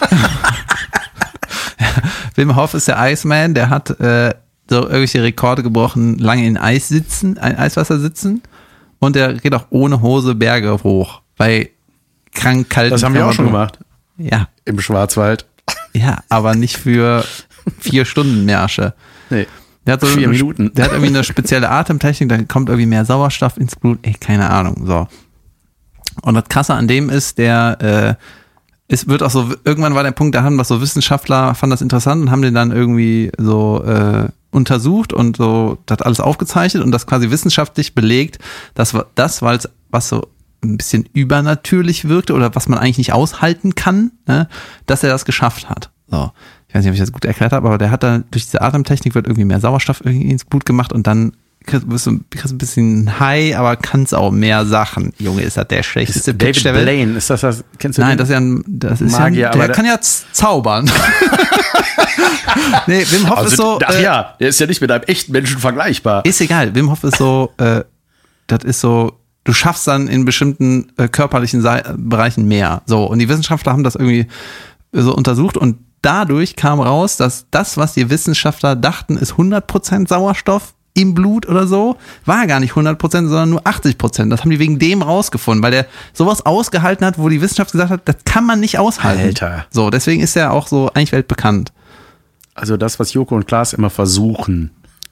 Wim Hof ist der Iceman, der hat äh, so irgendwelche Rekorde gebrochen, lange in Eis sitzen, ein Eiswasser sitzen und der geht auch ohne Hose Berge hoch, bei krank kalten Das haben wir auch schon gemacht. Ja. Im Schwarzwald. Ja, aber nicht für vier Stunden Märsche. Nee. Der hat so Vier eine, Minuten. Der hat irgendwie eine spezielle Atemtechnik, da kommt irgendwie mehr Sauerstoff ins Blut, ey, keine Ahnung, so. Und das Krasse an dem ist, der, äh, es wird auch so, irgendwann war der Punkt, da haben das so Wissenschaftler, fanden das interessant und haben den dann irgendwie so äh, untersucht und so, das alles aufgezeichnet und das quasi wissenschaftlich belegt, dass das, weil es was so ein bisschen übernatürlich wirkte oder was man eigentlich nicht aushalten kann, ne, dass er das geschafft hat. So. Ich weiß nicht, ob ich das gut erklärt habe, aber der hat dann durch diese Atemtechnik wird irgendwie mehr Sauerstoff irgendwie ins Blut gemacht und dann kriegst du kriegst ein bisschen high, aber kannst auch mehr Sachen. Junge, ist das der schlechteste Pitch David der Welt? Blaine, ist das das? Kennst du Nein, den? das ist ja ein, das ist Magier, ja ein, aber der kann ja z- zaubern. Nee, Wim Hof also, ist so, ach äh, ja, der ist ja nicht mit einem echten Menschen vergleichbar. ist egal. Wim Hof ist so, äh, das ist so, du schaffst dann in bestimmten äh, körperlichen Sei- Bereichen mehr. So, und die Wissenschaftler haben das irgendwie so untersucht und dadurch kam raus, dass das, was die Wissenschaftler dachten, ist hundert Prozent Sauerstoff im Blut oder so, war gar nicht hundert Prozent, sondern nur achtzig Prozent. Das haben die wegen dem rausgefunden, weil der sowas ausgehalten hat, wo die Wissenschaft gesagt hat, das kann man nicht aushalten. Alter. So, deswegen ist er auch so eigentlich weltbekannt. Also das, was Joko und Klaas immer versuchen.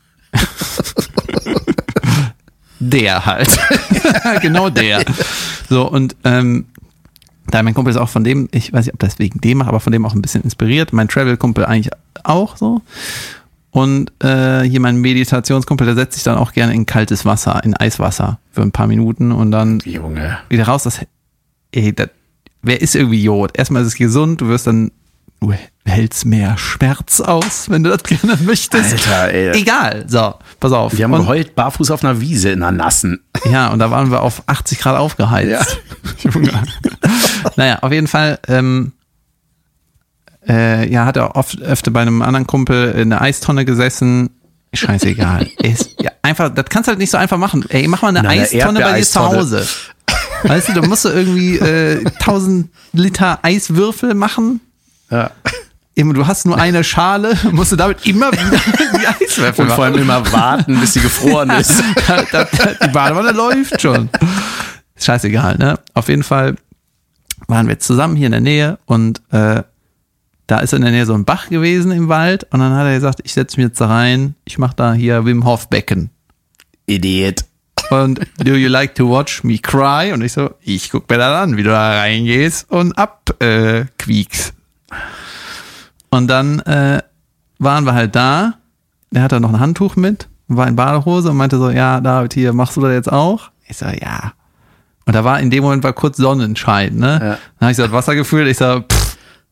Der halt. Genau der. So, und ähm, da mein Kumpel ist auch von dem, ich weiß nicht, ob das wegen dem macht, aber von dem auch ein bisschen inspiriert. Mein Travel-Kumpel eigentlich auch so. Und äh, hier mein Meditationskumpel, der setzt sich dann auch gerne in kaltes Wasser, in Eiswasser für ein paar Minuten und dann Junge. wieder raus. Das, ey, das, wer ist irgendwie Jod? Erstmal ist es gesund, du wirst dann, du hältst mehr Schmerz aus, wenn du das gerne möchtest. Alter, ey. Egal, so, pass auf. Wir haben und, geheult barfuß auf einer Wiese in einer nassen. ja, und da waren wir auf achtzig Grad aufgeheizt. Junge. Naja, auf jeden Fall, ähm, Äh, ja, hat er oft öfter bei einem anderen Kumpel in einer Eistonne gesessen. Scheißegal. Ist, ja, einfach, das kannst du halt nicht so einfach machen. Ey, mach mal eine Na, eine Eistonne bei dir zu Erdbeereistonne. Hause. Weißt du, du musst so irgendwie äh, tausend Liter Eiswürfel machen. Ja. Immer, du hast nur eine Schale, musst du damit immer wieder die Eiswürfel Und vor allem immer warten, bis sie gefroren ist. Die Badewanne läuft schon. Scheißegal, ne? Auf jeden Fall waren wir zusammen hier in der Nähe und äh, da ist in der Nähe so ein Bach gewesen im Wald und dann hat er gesagt, ich setze mich jetzt da rein, ich mache da hier Wim Hof Becken. Idiot. Und do you like to watch me cry? Und ich so, ich guck mir das an, wie du da reingehst und ab äh, quiekst. Und dann äh, waren wir halt da, der hatte noch ein Handtuch mit, war in Badehose und meinte so, ja, David, hier, machst du das jetzt auch? Ich so, ja. Und da war in dem Moment war kurz Sonnenschein, ne? Ja. Dann habe ich so das Wasser gefühlt, ich so, pff,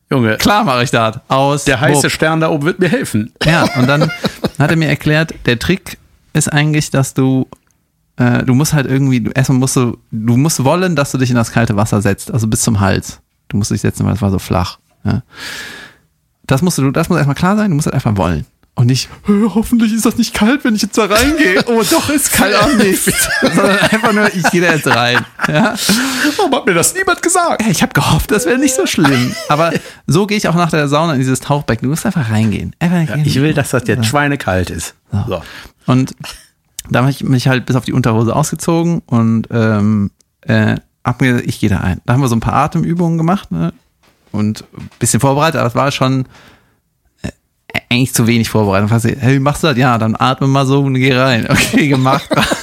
Junge. Klar mache ich das. Aus. Der heiße Wupp. Stern da oben wird mir helfen. Ja, und dann hat er mir erklärt, der Trick ist eigentlich, dass du, äh, du musst halt irgendwie, du, erstmal musst du, du musst wollen, dass du dich in das kalte Wasser setzt, also bis zum Hals. Du musst dich setzen, weil es war so flach. Ja. Das musst du, das muss erstmal klar sein, du musst halt einfach wollen. Und nicht, hoffentlich ist das nicht kalt, wenn ich jetzt da reingehe. Oh, doch, ist kalt auch nicht. Sondern einfach nur, ich gehe da jetzt rein. Ja? Warum hat mir das niemand gesagt? Ja, ich habe gehofft, das wäre nicht so schlimm. Aber so gehe ich auch nach der Sauna in dieses Tauchbecken. Du musst einfach reingehen. Einfach Ja, ich will, dass das jetzt schweinekalt ist. So. So. Und da habe ich mich halt bis auf die Unterhose ausgezogen und ähm, äh, hab mir gesagt, ich gehe da ein. Da haben wir so ein paar Atemübungen gemacht, ne? Und ein bisschen vorbereitet, aber das war schon eigentlich zu wenig vorbereitet. Dann hey, wie machst du das? Ja, dann atme mal so und geh rein. Okay, gemacht.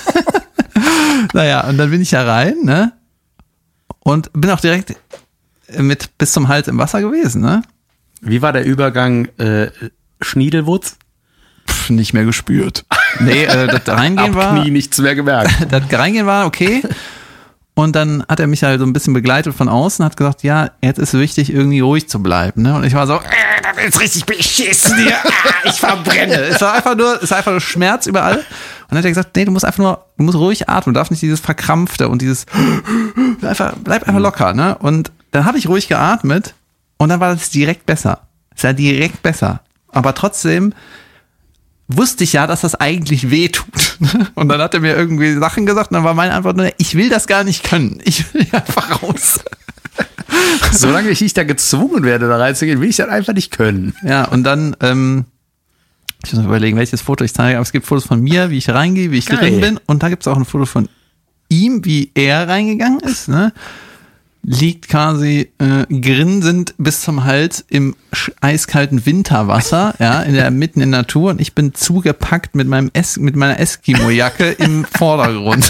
Naja, und dann bin ich da rein, ne? Und bin auch direkt mit bis zum Hals im Wasser gewesen, ne? Wie war der Übergang äh, Schniedelwurz? Pff, nicht mehr gespürt. Nee, äh, das Reingehen Ab war. Knie nichts mehr gemerkt. Das Reingehen war okay. Und dann hat er mich halt so ein bisschen begleitet von außen, hat gesagt, ja, jetzt ist wichtig, irgendwie ruhig zu bleiben. Ne? Und ich war so, äh, das ist richtig beschissen hier, ah, ich verbrenne. Es war einfach nur, es war einfach nur Schmerz überall. Und dann hat er gesagt, nee, du musst einfach nur, du musst ruhig atmen, du darfst nicht dieses Verkrampfte und dieses, einfach, bleib einfach locker. Ne? Und dann habe ich ruhig geatmet und dann war das direkt besser. Es war direkt besser. Aber trotzdem wusste ich ja, dass das eigentlich weh tut. Und dann hat er mir irgendwie Sachen gesagt und dann war meine Antwort nur, ich will das gar nicht können. Ich will einfach raus. Solange ich nicht da gezwungen werde, da reinzugehen, will ich das einfach nicht können. Ja, und dann, ähm, ich muss mal überlegen, welches Foto ich zeige, aber es gibt Fotos von mir, wie ich reingehe, wie ich Geil. drin bin und da gibt es auch ein Foto von ihm, wie er reingegangen ist, ne? Liegt quasi äh, grinsend bis zum Hals im sch- eiskalten Winterwasser, ja, in der mitten in der Natur und ich bin zugepackt mit meinem es- mit meiner Eskimo-Jacke im Vordergrund.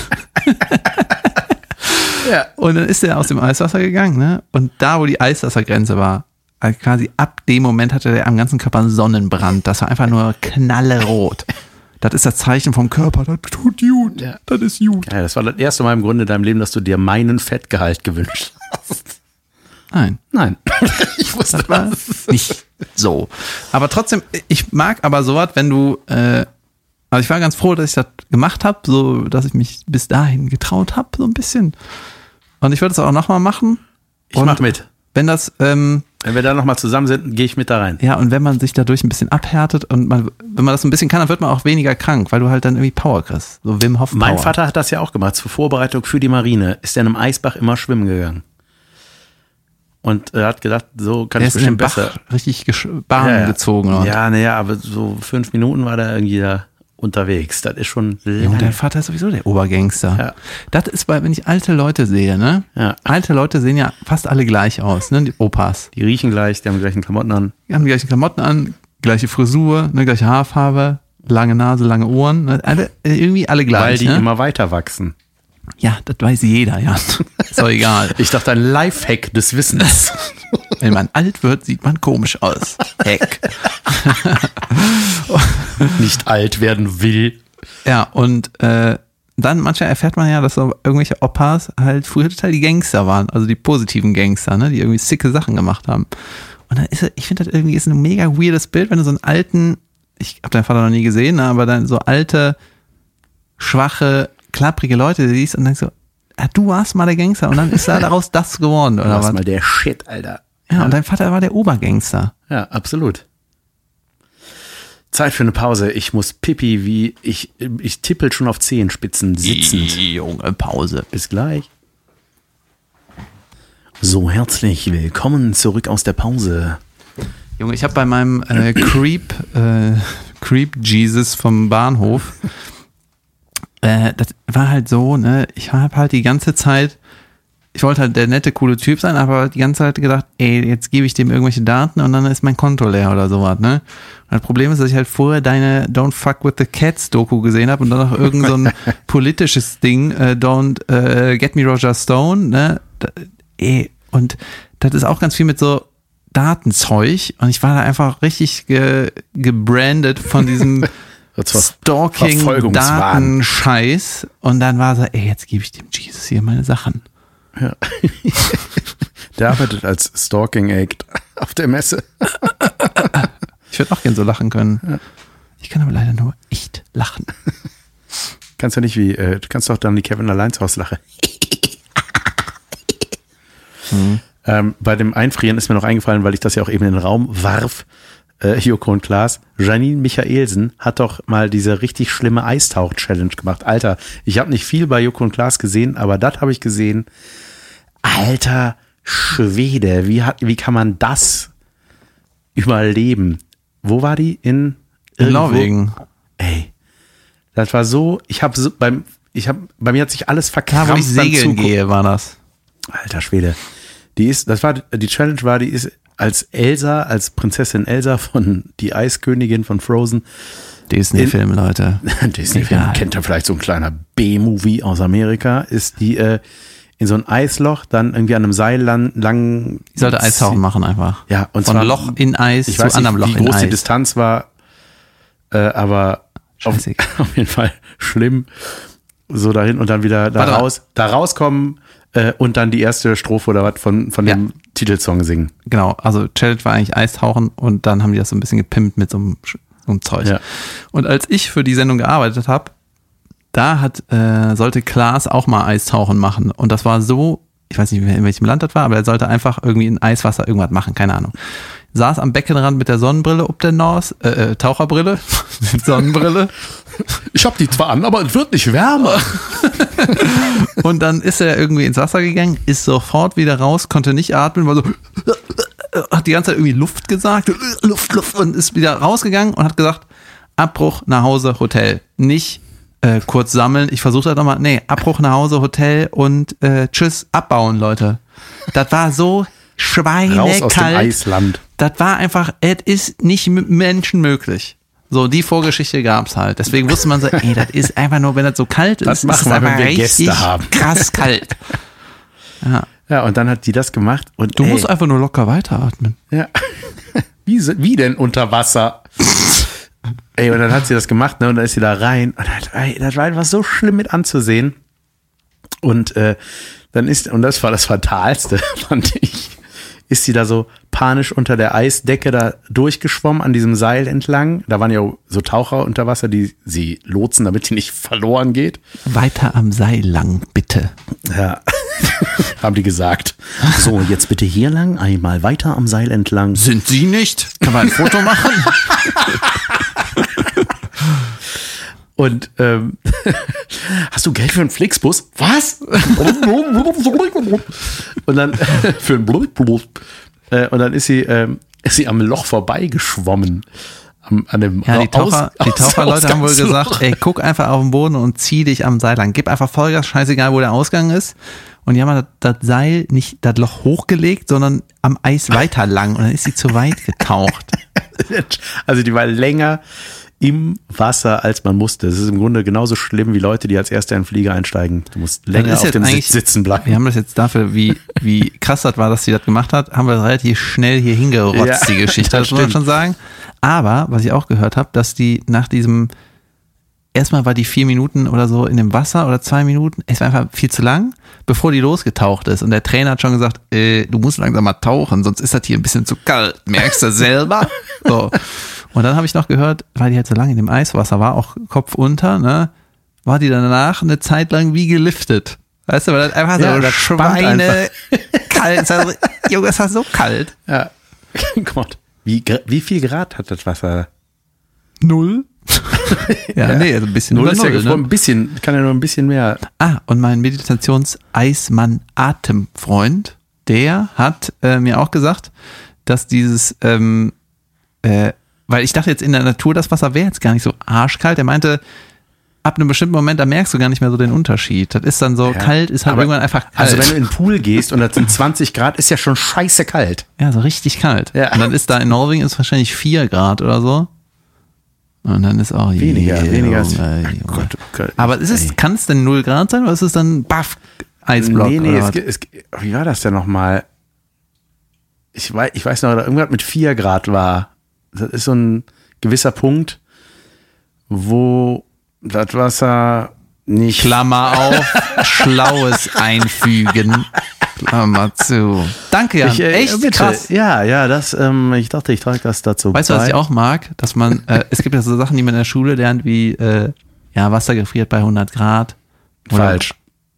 Ja. Und dann ist er aus dem Eiswasser gegangen, ne? Und da, wo die Eiswassergrenze war, also quasi ab dem Moment hatte er am ganzen Körper einen Sonnenbrand. Das war einfach nur knallerot. Das ist das Zeichen vom Körper. Das tut gut. Ja. Das ist gut. Ja, das war das erste Mal im Grunde in deinem Leben, dass du dir meinen Fettgehalt gewünscht hast. Nein, Nein. Ich wusste das war das. nicht so. Aber trotzdem, ich mag aber sowas, wenn du, äh, also ich war ganz froh, dass ich das gemacht habe, so, dass ich mich bis dahin getraut habe, so ein bisschen. Und ich würde es auch nochmal machen. Ich mach mit. Wenn das, ähm, Wenn wir da nochmal zusammen sind, gehe ich mit da rein. ja, und wenn man sich dadurch ein bisschen abhärtet und man, wenn man das ein bisschen kann, dann wird man auch weniger krank, weil du halt dann irgendwie Power kriegst. So Wim Hof Power. Mein Vater hat das ja auch gemacht. Zur Vorbereitung für die Marine ist er in einem Eisbach immer schwimmen gegangen. Und er hat gedacht, so kann der ich ist in den bestimmt Bach besser. richtig gesch- Bahn Ja, ja. gezogen. Oder? Ja, naja, aber so fünf Minuten war der irgendwie da unterwegs. Das ist schon Junge, lange. dein Vater ist sowieso der Obergangster. Ja. Das ist bei, wenn ich alte Leute sehe, ne? Ja. Alte Leute sehen ja fast alle gleich aus, ne? Die Opas. Die riechen gleich, die haben die gleichen Klamotten an. Die haben die gleichen Klamotten an, gleiche Frisur, ne? Gleiche Haarfarbe, lange Nase, lange Ohren. Ne? Alle, irgendwie alle gleich. Weil die ne? immer weiter wachsen. Ja, das weiß jeder, ja. Ist doch egal. Ich dachte, ein Lifehack des Wissens. Wenn man alt wird, sieht man komisch aus. Heck. Nicht alt werden will. Ja, und äh, dann manchmal erfährt man ja, dass so irgendwelche Opas halt früher total die Gangster waren, also die positiven Gangster, ne, die irgendwie sicke Sachen gemacht haben. Und dann ist er, ich finde das irgendwie ist ein mega weirdes Bild, wenn du so einen alten, ich habe deinen Vater noch nie gesehen, ne, aber dann so alte, schwache, klapprige Leute siehst und denkst so, ah, du warst mal der Gangster und dann ist da daraus das geworden, Du oder warst was? mal der Shit, Alter. Ja, und dein Vater war der Obergangster. Ja, absolut. Zeit für eine Pause. Ich muss pipi, wie ich, ich tippel schon auf Zehenspitzen sitzend. Junge, Pause. Bis gleich. So, herzlich willkommen zurück aus der Pause. Junge, ich habe bei meinem äh, Creep, äh, Creep Jesus vom Bahnhof, äh, das war halt so, ne, ich habe halt die ganze Zeit, ich wollte halt der nette, coole Typ sein, aber die ganze Zeit gedacht, ey, jetzt gebe ich dem irgendwelche Daten und dann ist mein Konto leer oder sowas, ne. Und das Problem ist, dass ich halt vorher deine Don't Fuck with the Cats Doku gesehen habe und dann noch irgend so ein politisches Ding, äh, Don't äh, Get Me Roger Stone, ne, da, ey, und das ist auch ganz viel mit so Datenzeug und ich war da einfach richtig ge, gebrandet von diesem Stalking-Datenscheiß und dann war so, ey, jetzt gebe ich dem Jesus hier meine Sachen. Ja. Der arbeitet als Stalking-Act. auf der Messe. Ich würde auch gern so lachen können. Ja. Ich kann aber leider nur echt lachen. Kannst du nicht wie, äh, du kannst doch dann die Kevin Alleins auslachen. mhm. ähm, bei dem Einfrieren ist mir noch eingefallen, weil ich das ja auch eben in den Raum warf, äh, Joko und Klaas, Janine Michaelsen hat doch mal diese richtig schlimme Eistauch-Challenge gemacht. Alter, ich habe nicht viel bei Joko und Klaas gesehen, aber das habe ich gesehen. Alter Schwede, wie, hat, wie kann man das überleben? Wo war die? In, in Norwegen. Ey, das war so, ich habe so, beim, ich habe, bei mir hat sich alles verkrampft. Da, wo ich segeln gehe, war das. Alter Schwede. Die ist, das war, die Challenge war, die ist als Elsa, als Prinzessin Elsa von die Eiskönigin von Frozen. Disney-Film, Leute. Disney-Film, kennt ihr vielleicht so ein kleiner B-Movie aus Amerika, ist die äh, in so ein Eisloch, dann irgendwie an einem Seil lang. lang die sollte Eistauchen machen einfach. Ja, und von zwar, Loch in Eis ich zu weiß anderem nicht, Loch wie in groß Eis. die Distanz war, äh, aber auf, auf jeden Fall schlimm. So dahin und dann wieder da raus, da rauskommen äh, und dann die erste Strophe oder was von, von dem ja. Titelsong singen. Genau, also Challenge war eigentlich Eistauchen und dann haben die das so ein bisschen gepimpt mit so einem, so einem Zeug. Ja. Und als ich für die Sendung gearbeitet habe, da hat, äh, sollte Klaas auch mal Eistauchen machen und das war so, ich weiß nicht, in welchem Land das war, aber er sollte einfach irgendwie in Eiswasser irgendwas machen, keine Ahnung. Saß am Beckenrand mit der Sonnenbrille ob der Nors, äh, äh, Taucherbrille, mit Sonnenbrille. Ich hab die zwar an, aber es wird nicht wärmer. Und dann ist er irgendwie ins Wasser gegangen, ist sofort wieder raus, konnte nicht atmen, war so, hat die ganze Zeit irgendwie Luft gesagt, Luft, Luft und ist wieder rausgegangen und hat gesagt, Abbruch, nach Hause, Hotel. Nicht äh, kurz sammeln, ich versuche das nochmal, nee, Abbruch, nach Hause, Hotel und äh, tschüss, abbauen, Leute. Das war so schweinekalt. Raus aus dem Eisland. Das war einfach, es ist nicht mit Menschen möglich. So, die Vorgeschichte gab's halt. Deswegen wusste man so, ey, das ist einfach nur, wenn das so kalt ist, das machen ist wir, einfach wenn wir richtig Gäste haben. Krass kalt. Ja. Ja, und dann hat die das gemacht. Und du ey, musst einfach nur locker weiteratmen. Ja. Wie, wie denn unter Wasser? Ey, und dann hat sie das gemacht, ne, und dann ist sie da rein. Und dann, ey, das war einfach so schlimm mit anzusehen. Und äh, dann ist, und das war das Fatalste, fand ich, ist sie da so panisch unter der Eisdecke da durchgeschwommen an diesem Seil entlang. Da waren ja so Taucher unter Wasser, die sie lotsen, damit die nicht verloren geht. Weiter am Seil lang, bitte. Ja, haben die gesagt. So, jetzt bitte hier lang, einmal weiter am Seil entlang. Sind Sie nicht? Kann man ein Foto machen? Und ähm, hast du Geld für einen Flixbus? Was? Und dann für einen Blutblut. Äh, und dann ist sie, ähm, ist sie am Loch vorbeigeschwommen. Am, an dem ja, die, Taucher, aus, die Taucherleute haben wohl gesagt, ey, guck einfach auf den Boden und zieh dich am Seil lang. Gib einfach Vollgas, scheißegal, wo der Ausgang ist. Und die haben das, das Seil nicht das Loch hochgelegt, sondern am Eis weiter lang. Und dann ist sie zu weit getaucht. Also die war länger im Wasser, als man musste. Das ist im Grunde genauso schlimm wie Leute, die als Erste in den Flieger einsteigen. Du musst länger auf dem Sitz sitzen bleiben. Wir haben das jetzt dafür, wie, wie krass das war, dass sie das gemacht hat, haben wir das relativ schnell hier hingerotzt, ja, die Geschichte, das muss man schon sagen. Aber, was ich auch gehört habe, dass die nach diesem, erstmal war die vier Minuten oder so in dem Wasser oder zwei Minuten, es war einfach viel zu lang, bevor die losgetaucht ist. Und der Trainer hat schon gesagt, äh, du musst langsam mal tauchen, sonst ist das hier ein bisschen zu kalt. Merkst du selber? So. Und dann habe ich noch gehört, weil die halt so lange in dem Eiswasser war, auch Kopf unter, ne, war die danach eine Zeit lang wie geliftet. Weißt du, weil das einfach so ja, das Schweine kalt, also, Junge, es war so kalt. Ja, Gott, wie, wie viel Grad hat das Wasser? Null. ja, ja, nee, also ein bisschen null über ist null, ja ne? ein bisschen, kann ja nur ein bisschen mehr. Ah, und mein Meditations-Eismann-Atemfreund, der hat äh, mir auch gesagt, dass dieses, ähm, äh, weil ich dachte jetzt in der Natur, das Wasser wäre jetzt gar nicht so arschkalt. Er meinte, ab einem bestimmten Moment, da merkst du gar nicht mehr so den Unterschied. Das ist dann so, ja, kalt ist halt aber irgendwann einfach kalt. Also wenn du in den Pool gehst und das sind zwanzig Grad, ist ja schon scheiße kalt. Ja, so richtig kalt. Ja. Und dann ist da in Norwegen ist wahrscheinlich vier Grad oder so. Und dann ist auch weniger, je, weniger. Junge, Junge. Gott, Gott, aber ist es, kann es denn null Grad sein oder ist es dann baff, Eisblock? Nee, nee, es, es, wie war das denn nochmal? Ich weiß, ich weiß noch, irgendwas mit vier Grad war. Das ist so ein gewisser Punkt, wo das Wasser nicht... Klammer auf, Schlaues einfügen. Klammer zu. Danke, Jan. Ich, äh, Echt bitte. krass. Ja, ja, das, ähm, ich dachte, ich trage das dazu Weißt du, was bei. ich auch mag? Dass man, äh, es gibt ja so Sachen, die man in der Schule lernt, wie, äh, ja, Wasser gefriert bei hundert Grad. Oder Falsch.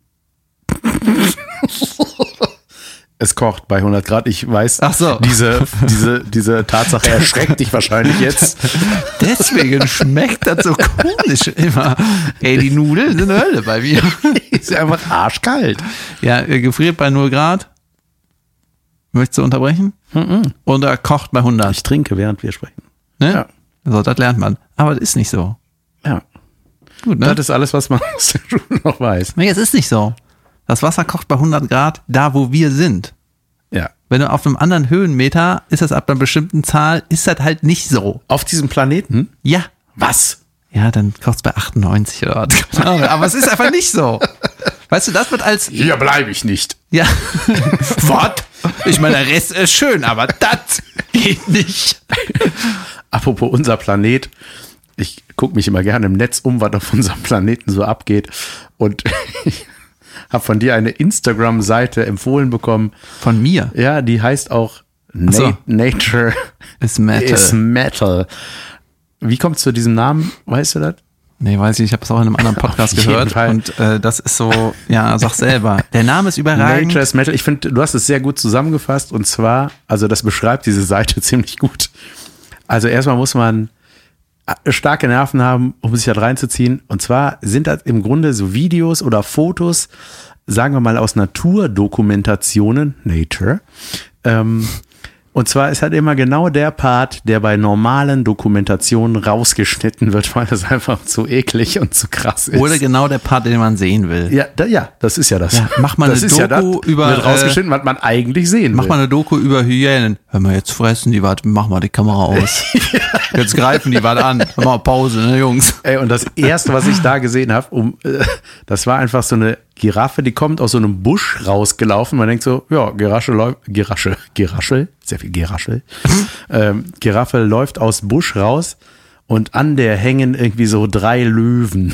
Es kocht bei hundert Grad. Ich weiß, Ach so. diese, diese, diese Tatsache erschreckt dich wahrscheinlich jetzt. Deswegen schmeckt das so komisch immer. Ey, die Nudeln sind Hölle bei mir. Ist einfach arschkalt. Ja, äh, gefriert bei null Grad. Möchtest du unterbrechen? Mhm. Und er kocht bei hundert. Ich trinke, während wir sprechen. Ne? Ja. So, das lernt man. Aber das ist nicht so. Ja. Gut, ne? Das ist alles, was man aus der Schule noch weiß. Nee, es ist nicht so. Das Wasser kocht bei hundert Grad, da wo wir sind. Ja. Wenn du auf einem anderen Höhenmeter, ist das ab einer bestimmten Zahl, ist das halt nicht so. Auf diesem Planeten? Ja. Was? Ja, dann kocht es bei achtundneunzig oder was. Keine Ahnung. Aber es ist einfach nicht so. Weißt du, das wird als... Hier bleibe ich nicht. Ja. Was? Ich meine, der Rest ist schön, aber das geht nicht. Apropos unser Planet. Ich gucke mich immer gerne im Netz um, was auf unserem Planeten so abgeht. Und ich habe von dir eine Instagram-Seite empfohlen bekommen. Von mir? Ja, die heißt auch Na- so. Nature Ist Metal. is Metal. Wie kommt es zu diesem Namen? Weißt du das? Nee, weiß ich, ich habe es auch in einem anderen Podcast Auf jeden gehört. Fall. Und äh, das ist so, ja, sag selber. Der Name ist überragend. Nature is Metal. Ich finde, du hast es sehr gut zusammengefasst. Und zwar, also das beschreibt diese Seite ziemlich gut. Also erstmal muss man starke Nerven haben, um sich da reinzuziehen. Und zwar sind das im Grunde so Videos oder Fotos, sagen wir mal aus Naturdokumentationen, Nature. Ähm, und zwar ist halt immer genau der Part, der bei normalen Dokumentationen rausgeschnitten wird, weil das einfach zu eklig und zu krass ist. Oder genau der Part, den man sehen will. Ja, da, ja, das ist ja das. Ja, mach mal das eine ist ja Doku das, über, wird rausgeschnitten, was man eigentlich sehen Mach will. mal eine Doku über Hyänen. Hör mal, jetzt fressen die was, mach mal die Kamera aus. Jetzt greifen die was an. Mach mal Pause, ne, Jungs? Ey, und das erste, was ich da gesehen habe, um, äh, das war einfach so eine Giraffe, die kommt aus so einem Busch rausgelaufen. Man denkt so, ja, Girasche läuft, Girasche, Giraschel, sehr viel Giraschel. ähm, Giraffe läuft aus Busch raus und an der hängen irgendwie so drei Löwen.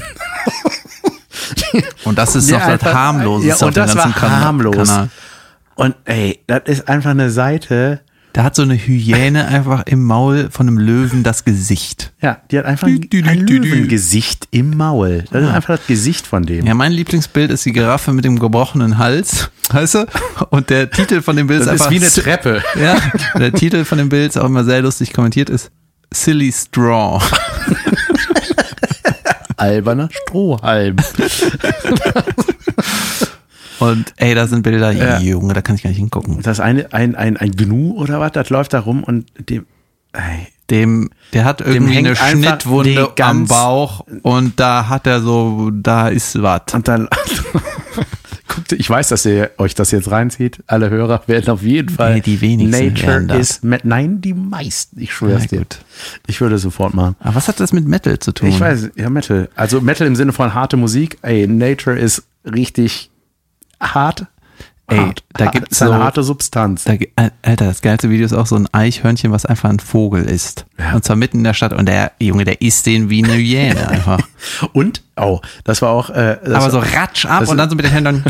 Und das ist Ja, doch das einfach- harmlose. ja, und das war harmlos. Kanal. Und ey, das ist einfach eine Seite. Da hat so eine Hyäne einfach im Maul von einem Löwen das Gesicht. Ja, die hat einfach Dü, dü, dü, ein dü, dü. Löwengesicht im Maul. Das ist einfach das Gesicht von dem. Ja, mein Lieblingsbild ist die Giraffe mit dem gebrochenen Hals, weißt du? Und der Titel von dem Bild Das ist ist einfach... wie eine Treppe. Ja, der Titel von dem Bild ist auch immer sehr lustig kommentiert, ist Silly Straw. Alberner Strohhalm. Und ey, da sind Bilder, Ja. Junge, da kann ich gar nicht hingucken. Das eine, ein, ein, ein Gnu oder was, das läuft da rum und dem, ey, Dem, der hat irgendwie hängt eine einfach Schnittwunde die am ganz- Bauch und da hat er so, da ist was. und dann, guckt, ich weiß, dass ihr euch das jetzt reinzieht. Alle Hörer werden auf jeden Fall. Nee, die wenigsten Nature werden das. is, Me- nein, die meisten. Ich schwör's Ja, dir. gut. Ich würde sofort machen. Aber was hat das mit Metal zu tun? Ich weiß, ja, Metal. Also Metal im Sinne von harte Musik. Ey, Nature ist richtig hart. Ey, hart. da Hart. gibt's ist eine so- harte Substanz. Da, Alter, das geilste Video ist auch so ein Eichhörnchen, was einfach ein Vogel ist. Ja. Und zwar mitten in der Stadt. Und der Junge, der isst den wie eine Hyäne einfach. Und, oh, das war auch. Äh, das Aber so war, ratsch ab das- und dann so mit den Händen.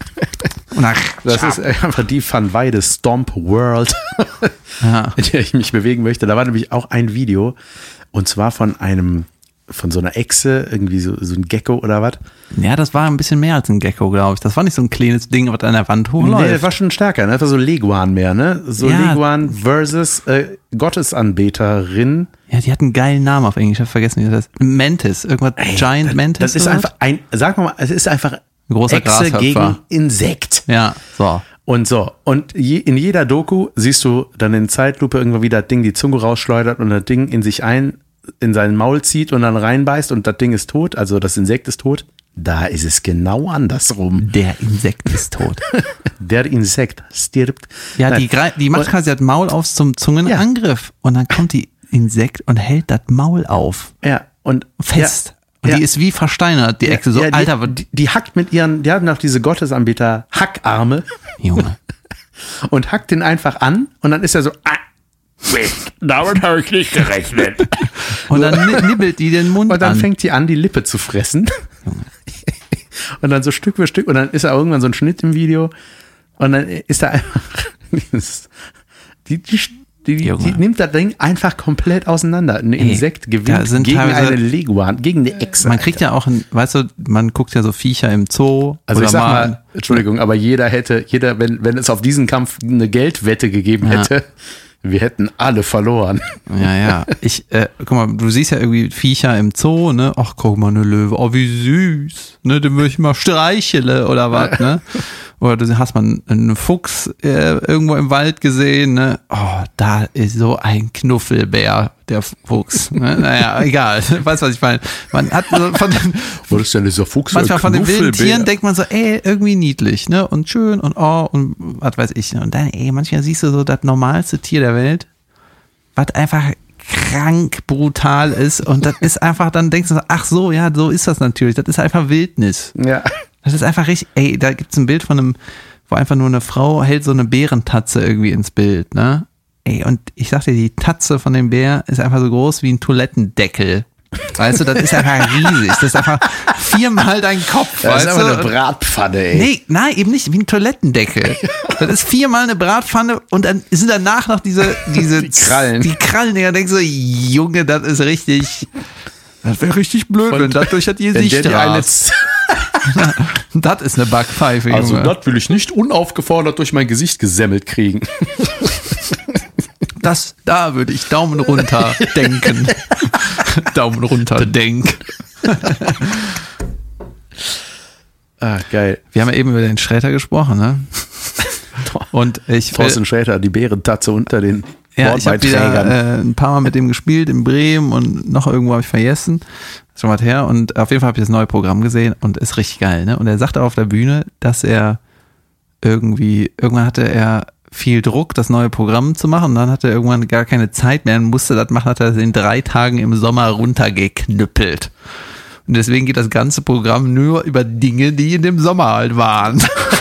Und dann das ist einfach die Van Weide Stomp World, ja. in der ich mich bewegen möchte. Da war nämlich auch ein Video. Und zwar von einem, von so einer Echse, irgendwie so, so ein Gecko oder was. ja, das war ein bisschen mehr als ein Gecko, glaube ich. Das war nicht so ein kleines Ding, was an der Wand hochläuft. Nee, das war schon stärker, ne? Das war so Leguan mehr, ne? So Ja. Leguan versus äh, Gottesanbeterin. Ja, die hat einen geilen Namen auf Englisch. Ich habe vergessen, wie das heißt. Mantis. Irgendwas Giant das, Mantis. Das ist oder was? einfach ein, sagen wir mal, es ist einfach Ein großer Echse Grashüpfer. gegen Insekt. Ja, so. Und so. Und je, in jeder Doku siehst du dann in Zeitlupe irgendwann wie das Ding die Zunge rausschleudert und das Ding in sich ein, in sein Maul zieht und dann reinbeißt und das Ding ist tot, also das Insekt ist tot. Da ist es genau andersrum. Der Insekt ist tot. Der Insekt stirbt. Ja, Nein. die, grei- die macht Und- quasi das Maul auf zum Zungenangriff. Und dann kommt die Insekt und hält das Maul auf. Ja, und Fest. Ja, und ja. die ist wie versteinert, die Echse. So, ja, die, Alter, was- die, die hackt mit ihren, die haben auch diese Gottesanbeter Hackarme Junge. und hackt den einfach an und dann ist er so, ah, damit habe ich nicht gerechnet. Und dann ni- nibbelt die den Mund Und dann an. fängt die an, die Lippe zu fressen. Und dann so Stück für Stück und dann ist er irgendwann so ein Schnitt im Video, Und dann ist da einfach, die, die, die, die, die nimmt das Ding einfach komplett auseinander. Ein Ey, Insekt gewinnt gegen eine Leguan, gegen eine Echse. Man kriegt ja auch, ein, weißt du, man guckt ja so Viecher im Zoo. Also oder ich sag mal, mal, Entschuldigung, aber jeder hätte, jeder, wenn, wenn es auf diesen Kampf eine Geldwette gegeben hätte, ja. wir hätten alle verloren. Ja, ja. Ich, äh, guck mal, du siehst ja irgendwie Viecher im Zoo, ne? Ach, guck mal, eine Löwe. Oh, wie süß. Ne, den möchte ich mal streichele oder was, ne? Oder du hast mal einen Fuchs äh, irgendwo im Wald gesehen, ne? Oh, da ist so ein Knuffelbär, der Fuchs. Ne? Naja, egal. Weißt du, was ich meine? Man hat so von den, was ist denn dieser Fuchs? Manchmal von den wilden Tieren denkt man so, ey, irgendwie niedlich, ne? Und schön und oh und was weiß ich. Und dann, ey, manchmal siehst du so das normalste Tier der Welt, was einfach krank brutal ist und das ist einfach, dann denkst du so, ach so, ja, so ist das natürlich. Das ist einfach Wildnis. Ja. Das ist einfach richtig, ey, da gibt's ein Bild von einem, wo einfach nur eine Frau hält so eine Bärentatze irgendwie ins Bild, ne? Ey, und ich sag dir, die Tatze von dem Bär ist einfach so groß wie ein Toilettendeckel. Weißt du, das ist einfach riesig. Das ist einfach viermal dein Kopf, das weißt du? Das ist einfach eine Bratpfanne, ey. Nee, nein, eben nicht, wie ein Toilettendeckel. Das ist viermal eine Bratpfanne und dann sind danach noch diese, diese die Krallen. Die Krallen, die denkst so, Junge, das ist richtig, das wäre richtig blöd, und wenn das durch hat die Sicht rast. Das ist eine Backpfeife, Junge. Also das will ich nicht unaufgefordert durch mein Gesicht gesemmelt kriegen. Das, da würde ich Daumen runter denken. Daumen runter denk. Ah, geil. Wir haben ja eben über den Sträter gesprochen, ne? Und ich Thorsten Sträter, die Bärentatze unter den ja, ich habe wieder äh, ein paar Mal mit dem gespielt in Bremen und noch irgendwo habe ich vergessen. Schon was her. Und auf jeden Fall habe ich das neue Programm gesehen und ist richtig geil, ne? Und er sagte auf der Bühne, dass er irgendwie, irgendwann hatte er viel Druck, das neue Programm zu machen und dann hatte er irgendwann gar keine Zeit mehr und musste das machen, hat er das in drei Tagen im Sommer runtergeknüppelt. Und deswegen geht das ganze Programm nur über Dinge, die in dem Sommer halt waren.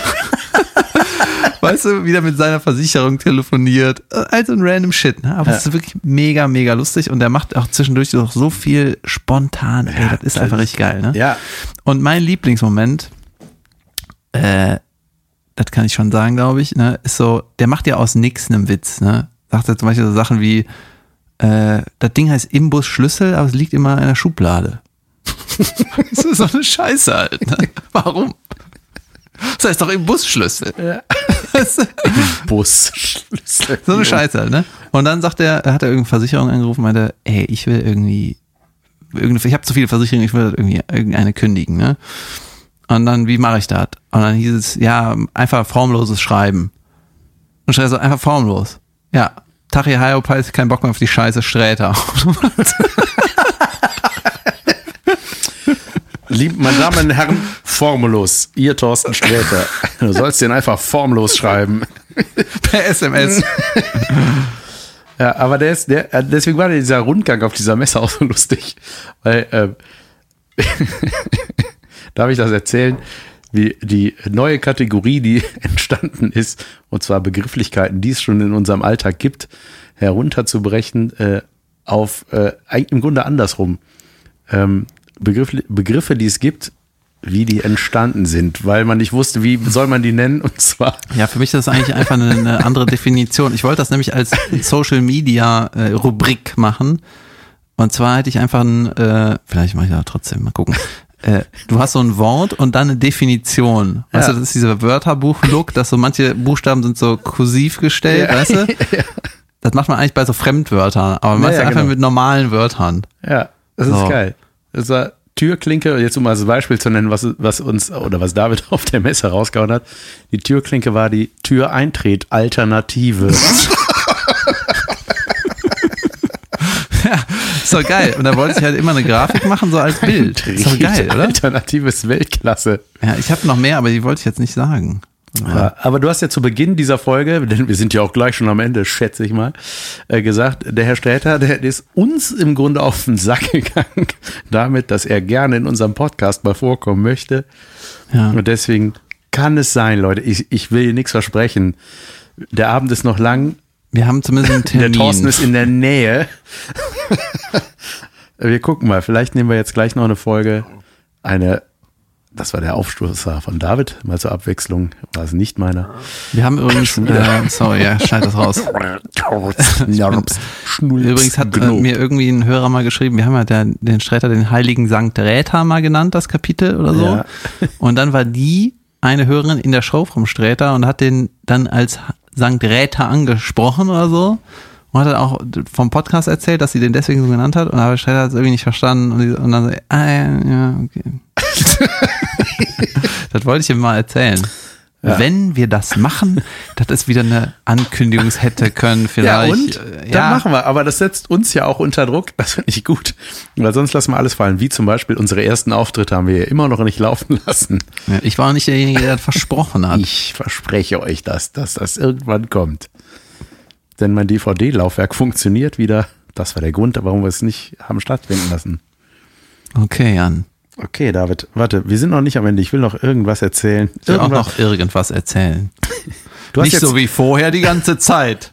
Weißt du, wieder mit seiner Versicherung telefoniert. Also ein random Shit, ne? Aber es ja. ist wirklich mega, mega lustig und der macht auch zwischendurch auch so viel spontan. Ey, ja, das ist einfach richtig geil, ne? Ja. Und mein Lieblingsmoment, äh, das kann ich schon sagen, glaube ich, ne, ist so, der macht ja aus nix einen Witz, ne? Sagt er zum Beispiel so Sachen wie, äh, das Ding heißt Imbusschlüssel, aber es liegt immer in einer Schublade. Das ist so eine Scheiße halt, ne? Warum? Das heißt doch Imbusschlüssel. Ja. Busschlüssel. So eine Scheiße halt, ne? Und dann sagt er, hat er irgendeine Versicherung angerufen und meinte, ey, ich will irgendwie, irgendwie ich habe zu viele Versicherungen, ich will irgendwie irgendeine kündigen, ne? Und dann, wie mache ich das? Und dann hieß es, ja, einfach formloses Schreiben. Und schreibe so, einfach formlos. Ja, Tachi Hyopai, kein Bock mehr auf die Scheiße Sträter. Lieb, meine Damen und Herren, formlos. Ihr Thorsten Sträter. Du sollst den einfach formlos schreiben. Per S M S. Ja, aber der ist, der, deswegen war dieser Rundgang auf dieser Messe auch so lustig. Weil, äh, darf ich das erzählen, wie die neue Kategorie, die entstanden ist, und zwar Begrifflichkeiten, die es schon in unserem Alltag gibt, herunterzubrechen äh, auf äh, im Grunde andersrum. Ähm, Begriff, Begriffe, die es gibt, wie die entstanden sind, weil man nicht wusste, wie soll man die nennen, und zwar. Ja, für mich ist das eigentlich einfach eine, eine andere Definition. Ich wollte das nämlich als Social Media äh, Rubrik machen. Und zwar hätte ich einfach ein, äh, vielleicht mache ich da trotzdem, mal gucken. Äh, du hast so ein Wort und dann eine Definition. Weißt ja. du, das ist dieser Wörterbuch-Look, dass so manche Buchstaben sind so kursiv gestellt, ja. weißt du? Ja. Das macht man eigentlich bei so Fremdwörtern, aber man macht es ja, ja, einfach genau. mit normalen Wörtern. Ja, das so. ist geil. Das war Türklinke, jetzt um mal als Beispiel zu nennen, was, was uns, oder was David auf der Messe rausgehauen hat. Die Türklinke war die Türeintritt-Alternative. Ja, ist doch geil. Und da wollte ich halt immer eine Grafik machen, so als Bild. Ist doch geil, oder? Alternatives Weltklasse. Ja, ich habe noch mehr, aber die wollte ich jetzt nicht sagen. Ja, aber du hast ja zu Beginn dieser Folge, denn wir sind ja auch gleich schon am Ende, schätze ich mal, äh, gesagt, der Herr Sträter, der ist uns im Grunde auf den Sack gegangen, damit, dass er gerne in unserem Podcast mal vorkommen möchte. Ja. Und deswegen kann es sein, Leute, ich, ich will nichts versprechen. Der Abend ist noch lang. Wir haben zumindest einen Termin. Der Thorsten ist in der Nähe. Wir gucken mal, vielleicht nehmen wir jetzt gleich noch eine Folge, eine Das war der Aufstoßer von David. Mal zur Abwechslung war es nicht meiner. Wir haben übrigens, äh, sorry, ja, schneid das raus. Übrigens hat äh, mir irgendwie ein Hörer mal geschrieben, wir haben ja den, den Sträter den heiligen Sankt Räther mal genannt, das Kapitel oder so. Ja. Und dann war die eine Hörerin in der Show vom Sträter und hat den dann als Sankt Räther angesprochen oder so. Und hat dann auch vom Podcast erzählt, dass sie den deswegen so genannt hat. Und aber Sträter hat es irgendwie nicht verstanden. Und, die, und dann so, ah ja, ja okay. Das wollte ich ihm mal erzählen. Ja. Wenn wir das machen, das ist wieder eine Ankündigung hätte können vielleicht. Ja, und? Äh, ja. Dann machen wir. Aber das setzt uns ja auch unter Druck. Das finde ich gut. Weil sonst lassen wir alles fallen. Wie zum Beispiel unsere ersten Auftritte haben wir ja immer noch nicht laufen lassen. Ja, ich war nicht derjenige, der das versprochen hat. Ich verspreche euch das, dass das irgendwann kommt. Denn mein D V D-Laufwerk funktioniert wieder. Das war der Grund, warum wir es nicht haben stattfinden lassen. Okay, Jan. Okay, David, warte, wir sind noch nicht am Ende. Ich will noch irgendwas erzählen. Ich will irgendwas. auch noch irgendwas erzählen. Du hast nicht so wie vorher die ganze Zeit.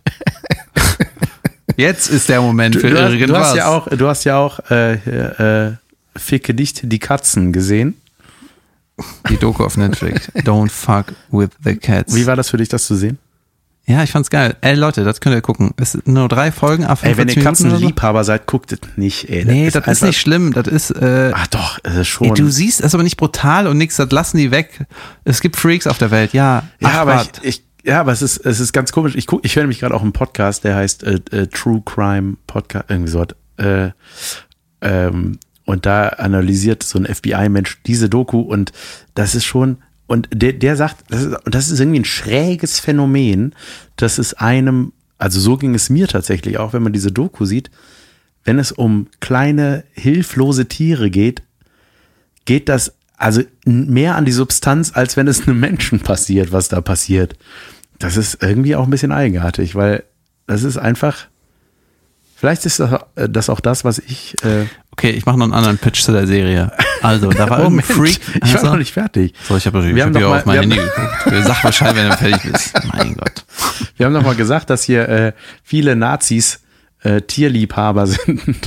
Jetzt ist der Moment für du, du irgendwas. Hast, du hast ja auch, du hast ja auch äh, äh, Ficke nicht die Katzen gesehen. Die Doku auf Netflix. Don't fuck with the cats. Wie war das für dich, das zu sehen? Ja, ich fand's geil. Ey, Leute, das könnt ihr gucken. Es sind nur drei Folgen. Ey, wenn ihr Katzenliebhaber seid, guckt es nicht, ey. Das nee, ist das ist nicht schlimm. Das ist, äh. Ach doch, es ist schon. Ey, du siehst, es ist aber nicht brutal und nix, das lassen die weg. Es gibt Freaks auf der Welt, ja. Ja, Ach, aber ich, ich, ja, aber es ist, es ist ganz komisch. Ich guck, ich höre nämlich gerade auch einen Podcast, der heißt äh, äh, True Crime Podcast, irgendwie so. Äh, ähm, und da analysiert so ein F B I-Mensch diese Doku und das ist schon. Und der, der sagt, das ist, das ist irgendwie ein schräges Phänomen, dass es einem, also so ging es mir tatsächlich auch, wenn man diese Doku sieht, wenn es um kleine, hilflose Tiere geht, geht das also mehr an die Substanz, als wenn es einem Menschen passiert, was da passiert. Das ist irgendwie auch ein bisschen eigenartig, weil das ist einfach, vielleicht ist das, das auch das, was ich... Äh okay, ich mache noch einen anderen Pitch zu der Serie. Also, da war irgendein Freak. Ich war noch nicht fertig. So, ich habe natürlich ich hab mal, auf mein Handy geguckt. Sag Bescheid, wenn du fertig bist. Mein Gott. Wir haben noch mal gesagt, dass hier äh, viele Nazis äh, Tierliebhaber sind.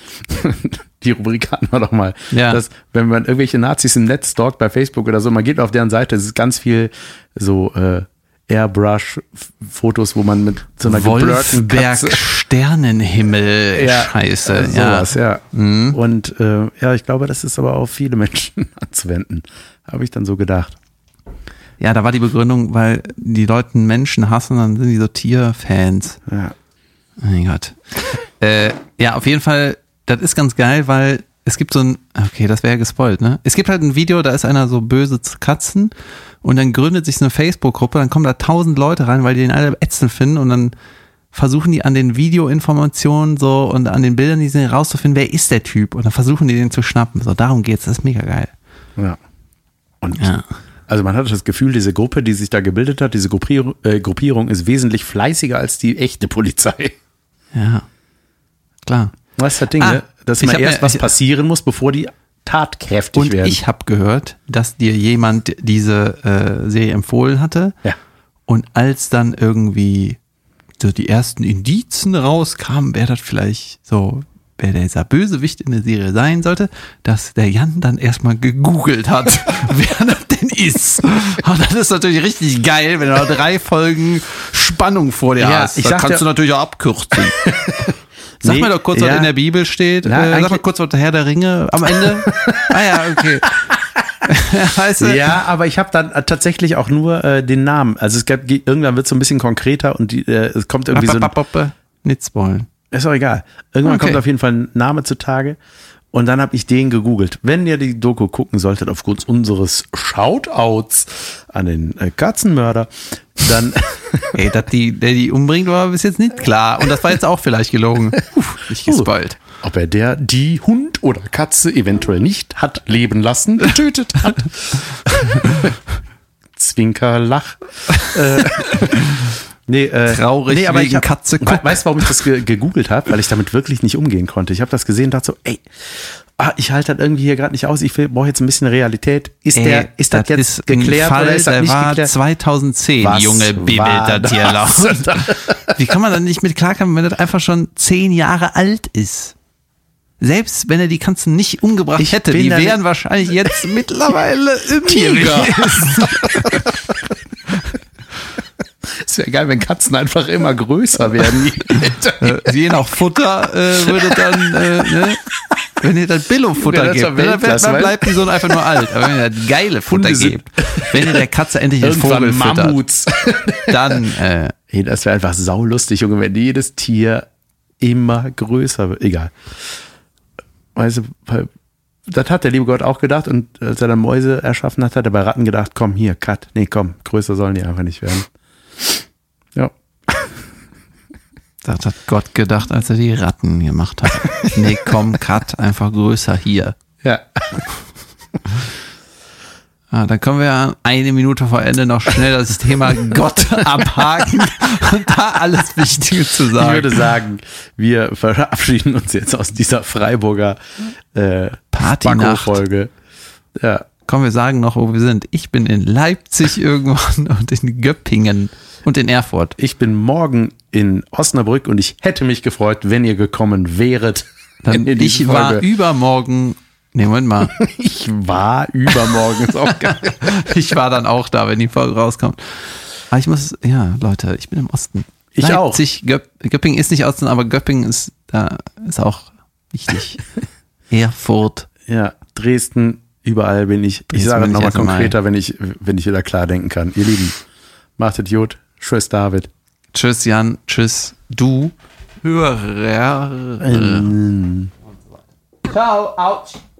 Die Rubrik hatten wir doch mal. Ja. Dass, wenn man irgendwelche Nazis im Netz stalkt bei Facebook oder so, man geht auf deren Seite, es ist ganz viel so äh, Airbrush-Fotos, wo man mit so einer geblurrten Katze... Sternenhimmel ja, Scheiße. Äh, sowas, ja. ja. Mhm. Und äh, ja, ich glaube, das ist aber auf viele Menschen anzuwenden. Habe ich dann so gedacht. Ja, da war die Begründung, weil die Leute Menschen hassen, dann sind die so Tierfans. Ja. Mein Gott. äh, ja, auf jeden Fall, das ist ganz geil, weil es gibt so ein, okay, das wäre ja gespoilt, ne? Es gibt halt ein Video, da ist einer so böse Katzen und dann gründet sich so eine Facebook-Gruppe, dann kommen da tausend Leute rein, weil die den alle ätzend finden und dann versuchen die an den Videoinformationen so und an den Bildern, die sie rauszufinden, wer ist der Typ und dann versuchen die den zu schnappen. So, darum geht's, das ist mega geil. Ja. Und ja. Also man hat das Gefühl, diese Gruppe, die sich da gebildet hat, diese Gruppierung, äh, Gruppierung ist wesentlich fleißiger als die echte Polizei. Ja, klar. Was ist das Ding, ah, ne? Dass mal erst mir, was ich, passieren muss, bevor die tatkräftig und werden. Und ich habe gehört, dass dir jemand diese äh, Serie empfohlen hatte. Ja. Und als dann irgendwie so die ersten Indizien rauskamen, wer das vielleicht so, wer dieser Bösewicht in der Serie sein sollte, dass der Jan dann erstmal gegoogelt hat, wer das denn ist. Und das ist natürlich richtig geil, wenn du noch drei Folgen Spannung vor dir ja, hast. Ich das kannst ja, du natürlich auch abkürzen. Sag nee, mir doch kurz, was ja. in der Bibel steht. Na, äh, sag mal kurz, was der Herr der Ringe am Ende. Ah ja, okay. Weißt du? Ja, aber ich habe dann tatsächlich auch nur äh, den Namen. Also es gab, irgendwann wird es so ein bisschen konkreter und die, äh, es kommt irgendwie bap, bap, bap, so. Nicht spoilen. Ist doch egal. Irgendwann okay. kommt auf jeden Fall ein Name zutage. Und dann habe ich den gegoogelt. Wenn ihr die Doku gucken solltet, aufgrund unseres Shoutouts an den äh, Katzenmörder, dann. Ey, dass die, der die umbringt, war bis jetzt nicht klar. Und das war jetzt auch vielleicht gelogen. Uff, nicht gespoilt. Uh, ob er der, die Hund oder Katze eventuell nicht hat leben lassen, getötet hat. Zwinkerlach. äh, Nee, äh, Traurig nee, aber wegen ich hab, Katze. We- weißt du, warum ich das ge- gegoogelt habe? Weil ich damit wirklich nicht umgehen konnte. Ich habe das gesehen und dachte so, ey, ah, ich halte das irgendwie hier gerade nicht aus. Ich brauche jetzt ein bisschen Realität. Ist ey, der, ist das, das jetzt ist geklärt Fall, oder ist das der nicht war geklärt? zweitausendzehn, Was Junge, bibbelt das hier laut. Wie kann man dann nicht mit klarkommen, wenn das einfach schon zehn Jahre alt ist? selbst wenn er die Katzen nicht umgebracht Ich hätte, bin die da wären nicht- wahrscheinlich jetzt mittlerweile im Tiger. Gefängnis. Es wäre geil, wenn Katzen einfach immer größer werden. Äh, Je nach Futter äh, würde dann, äh, ne? Wenn ihr dann Billo-Futter Ja, das gebt, war dann, dann, Weltklasse, dann weißt du? bleibt die so einfach nur alt. Aber wenn ihr das geile Futter Hunde sind- gebt, wenn ihr der Katze endlich den Vogel Irgendwann füttert, Mammuts. dann, äh, Hey, das wäre einfach saulustig, Junge, wenn jedes Tier immer größer wird. Egal. Weißt du, weil das hat der liebe Gott auch gedacht und als er dann Mäuse erschaffen hat, hat er bei Ratten gedacht, komm hier, cut. Nee, komm, größer sollen die einfach nicht werden. Ja. das hat Gott gedacht, als er die Ratten gemacht hat. Nee, komm, cut, einfach größer hier. Ja. Ah, dann können wir ja eine Minute vor Ende noch schnell das Thema Gott abhaken und da alles Wichtige zu Ich sagen. würde sagen, wir verabschieden uns jetzt aus dieser Freiburger äh, Partynacht. Spacko-Folge. Ja. Komm, wir sagen noch, wo wir sind. Ich bin in Leipzig irgendwann und in Göppingen und in Erfurt. Ich bin morgen in Osnabrück und ich hätte mich gefreut, wenn ihr gekommen wäret. Dann, in diese ich war Folge. übermorgen, nee, Moment mal, Ich war übermorgen. Ist auch geil. ich war dann auch da, wenn die Folge rauskommt. Aber ich muss, ja, Leute, ich bin im Osten. Ich Leipzig, Göpp, Göppingen ist nicht Osten, aber Göppingen ist, da ist auch wichtig. Erfurt. Ja, Dresden, überall bin ich. Ich Dresden sage bin ich nochmal erst einmal. konkreter, wenn ich, wenn ich wieder klar denken kann. Ihr Lieben, macht es gut. Tschüss, David. Tschüss, Jan. Tschüss, du Hörer. Ähm. Ciao, ouch.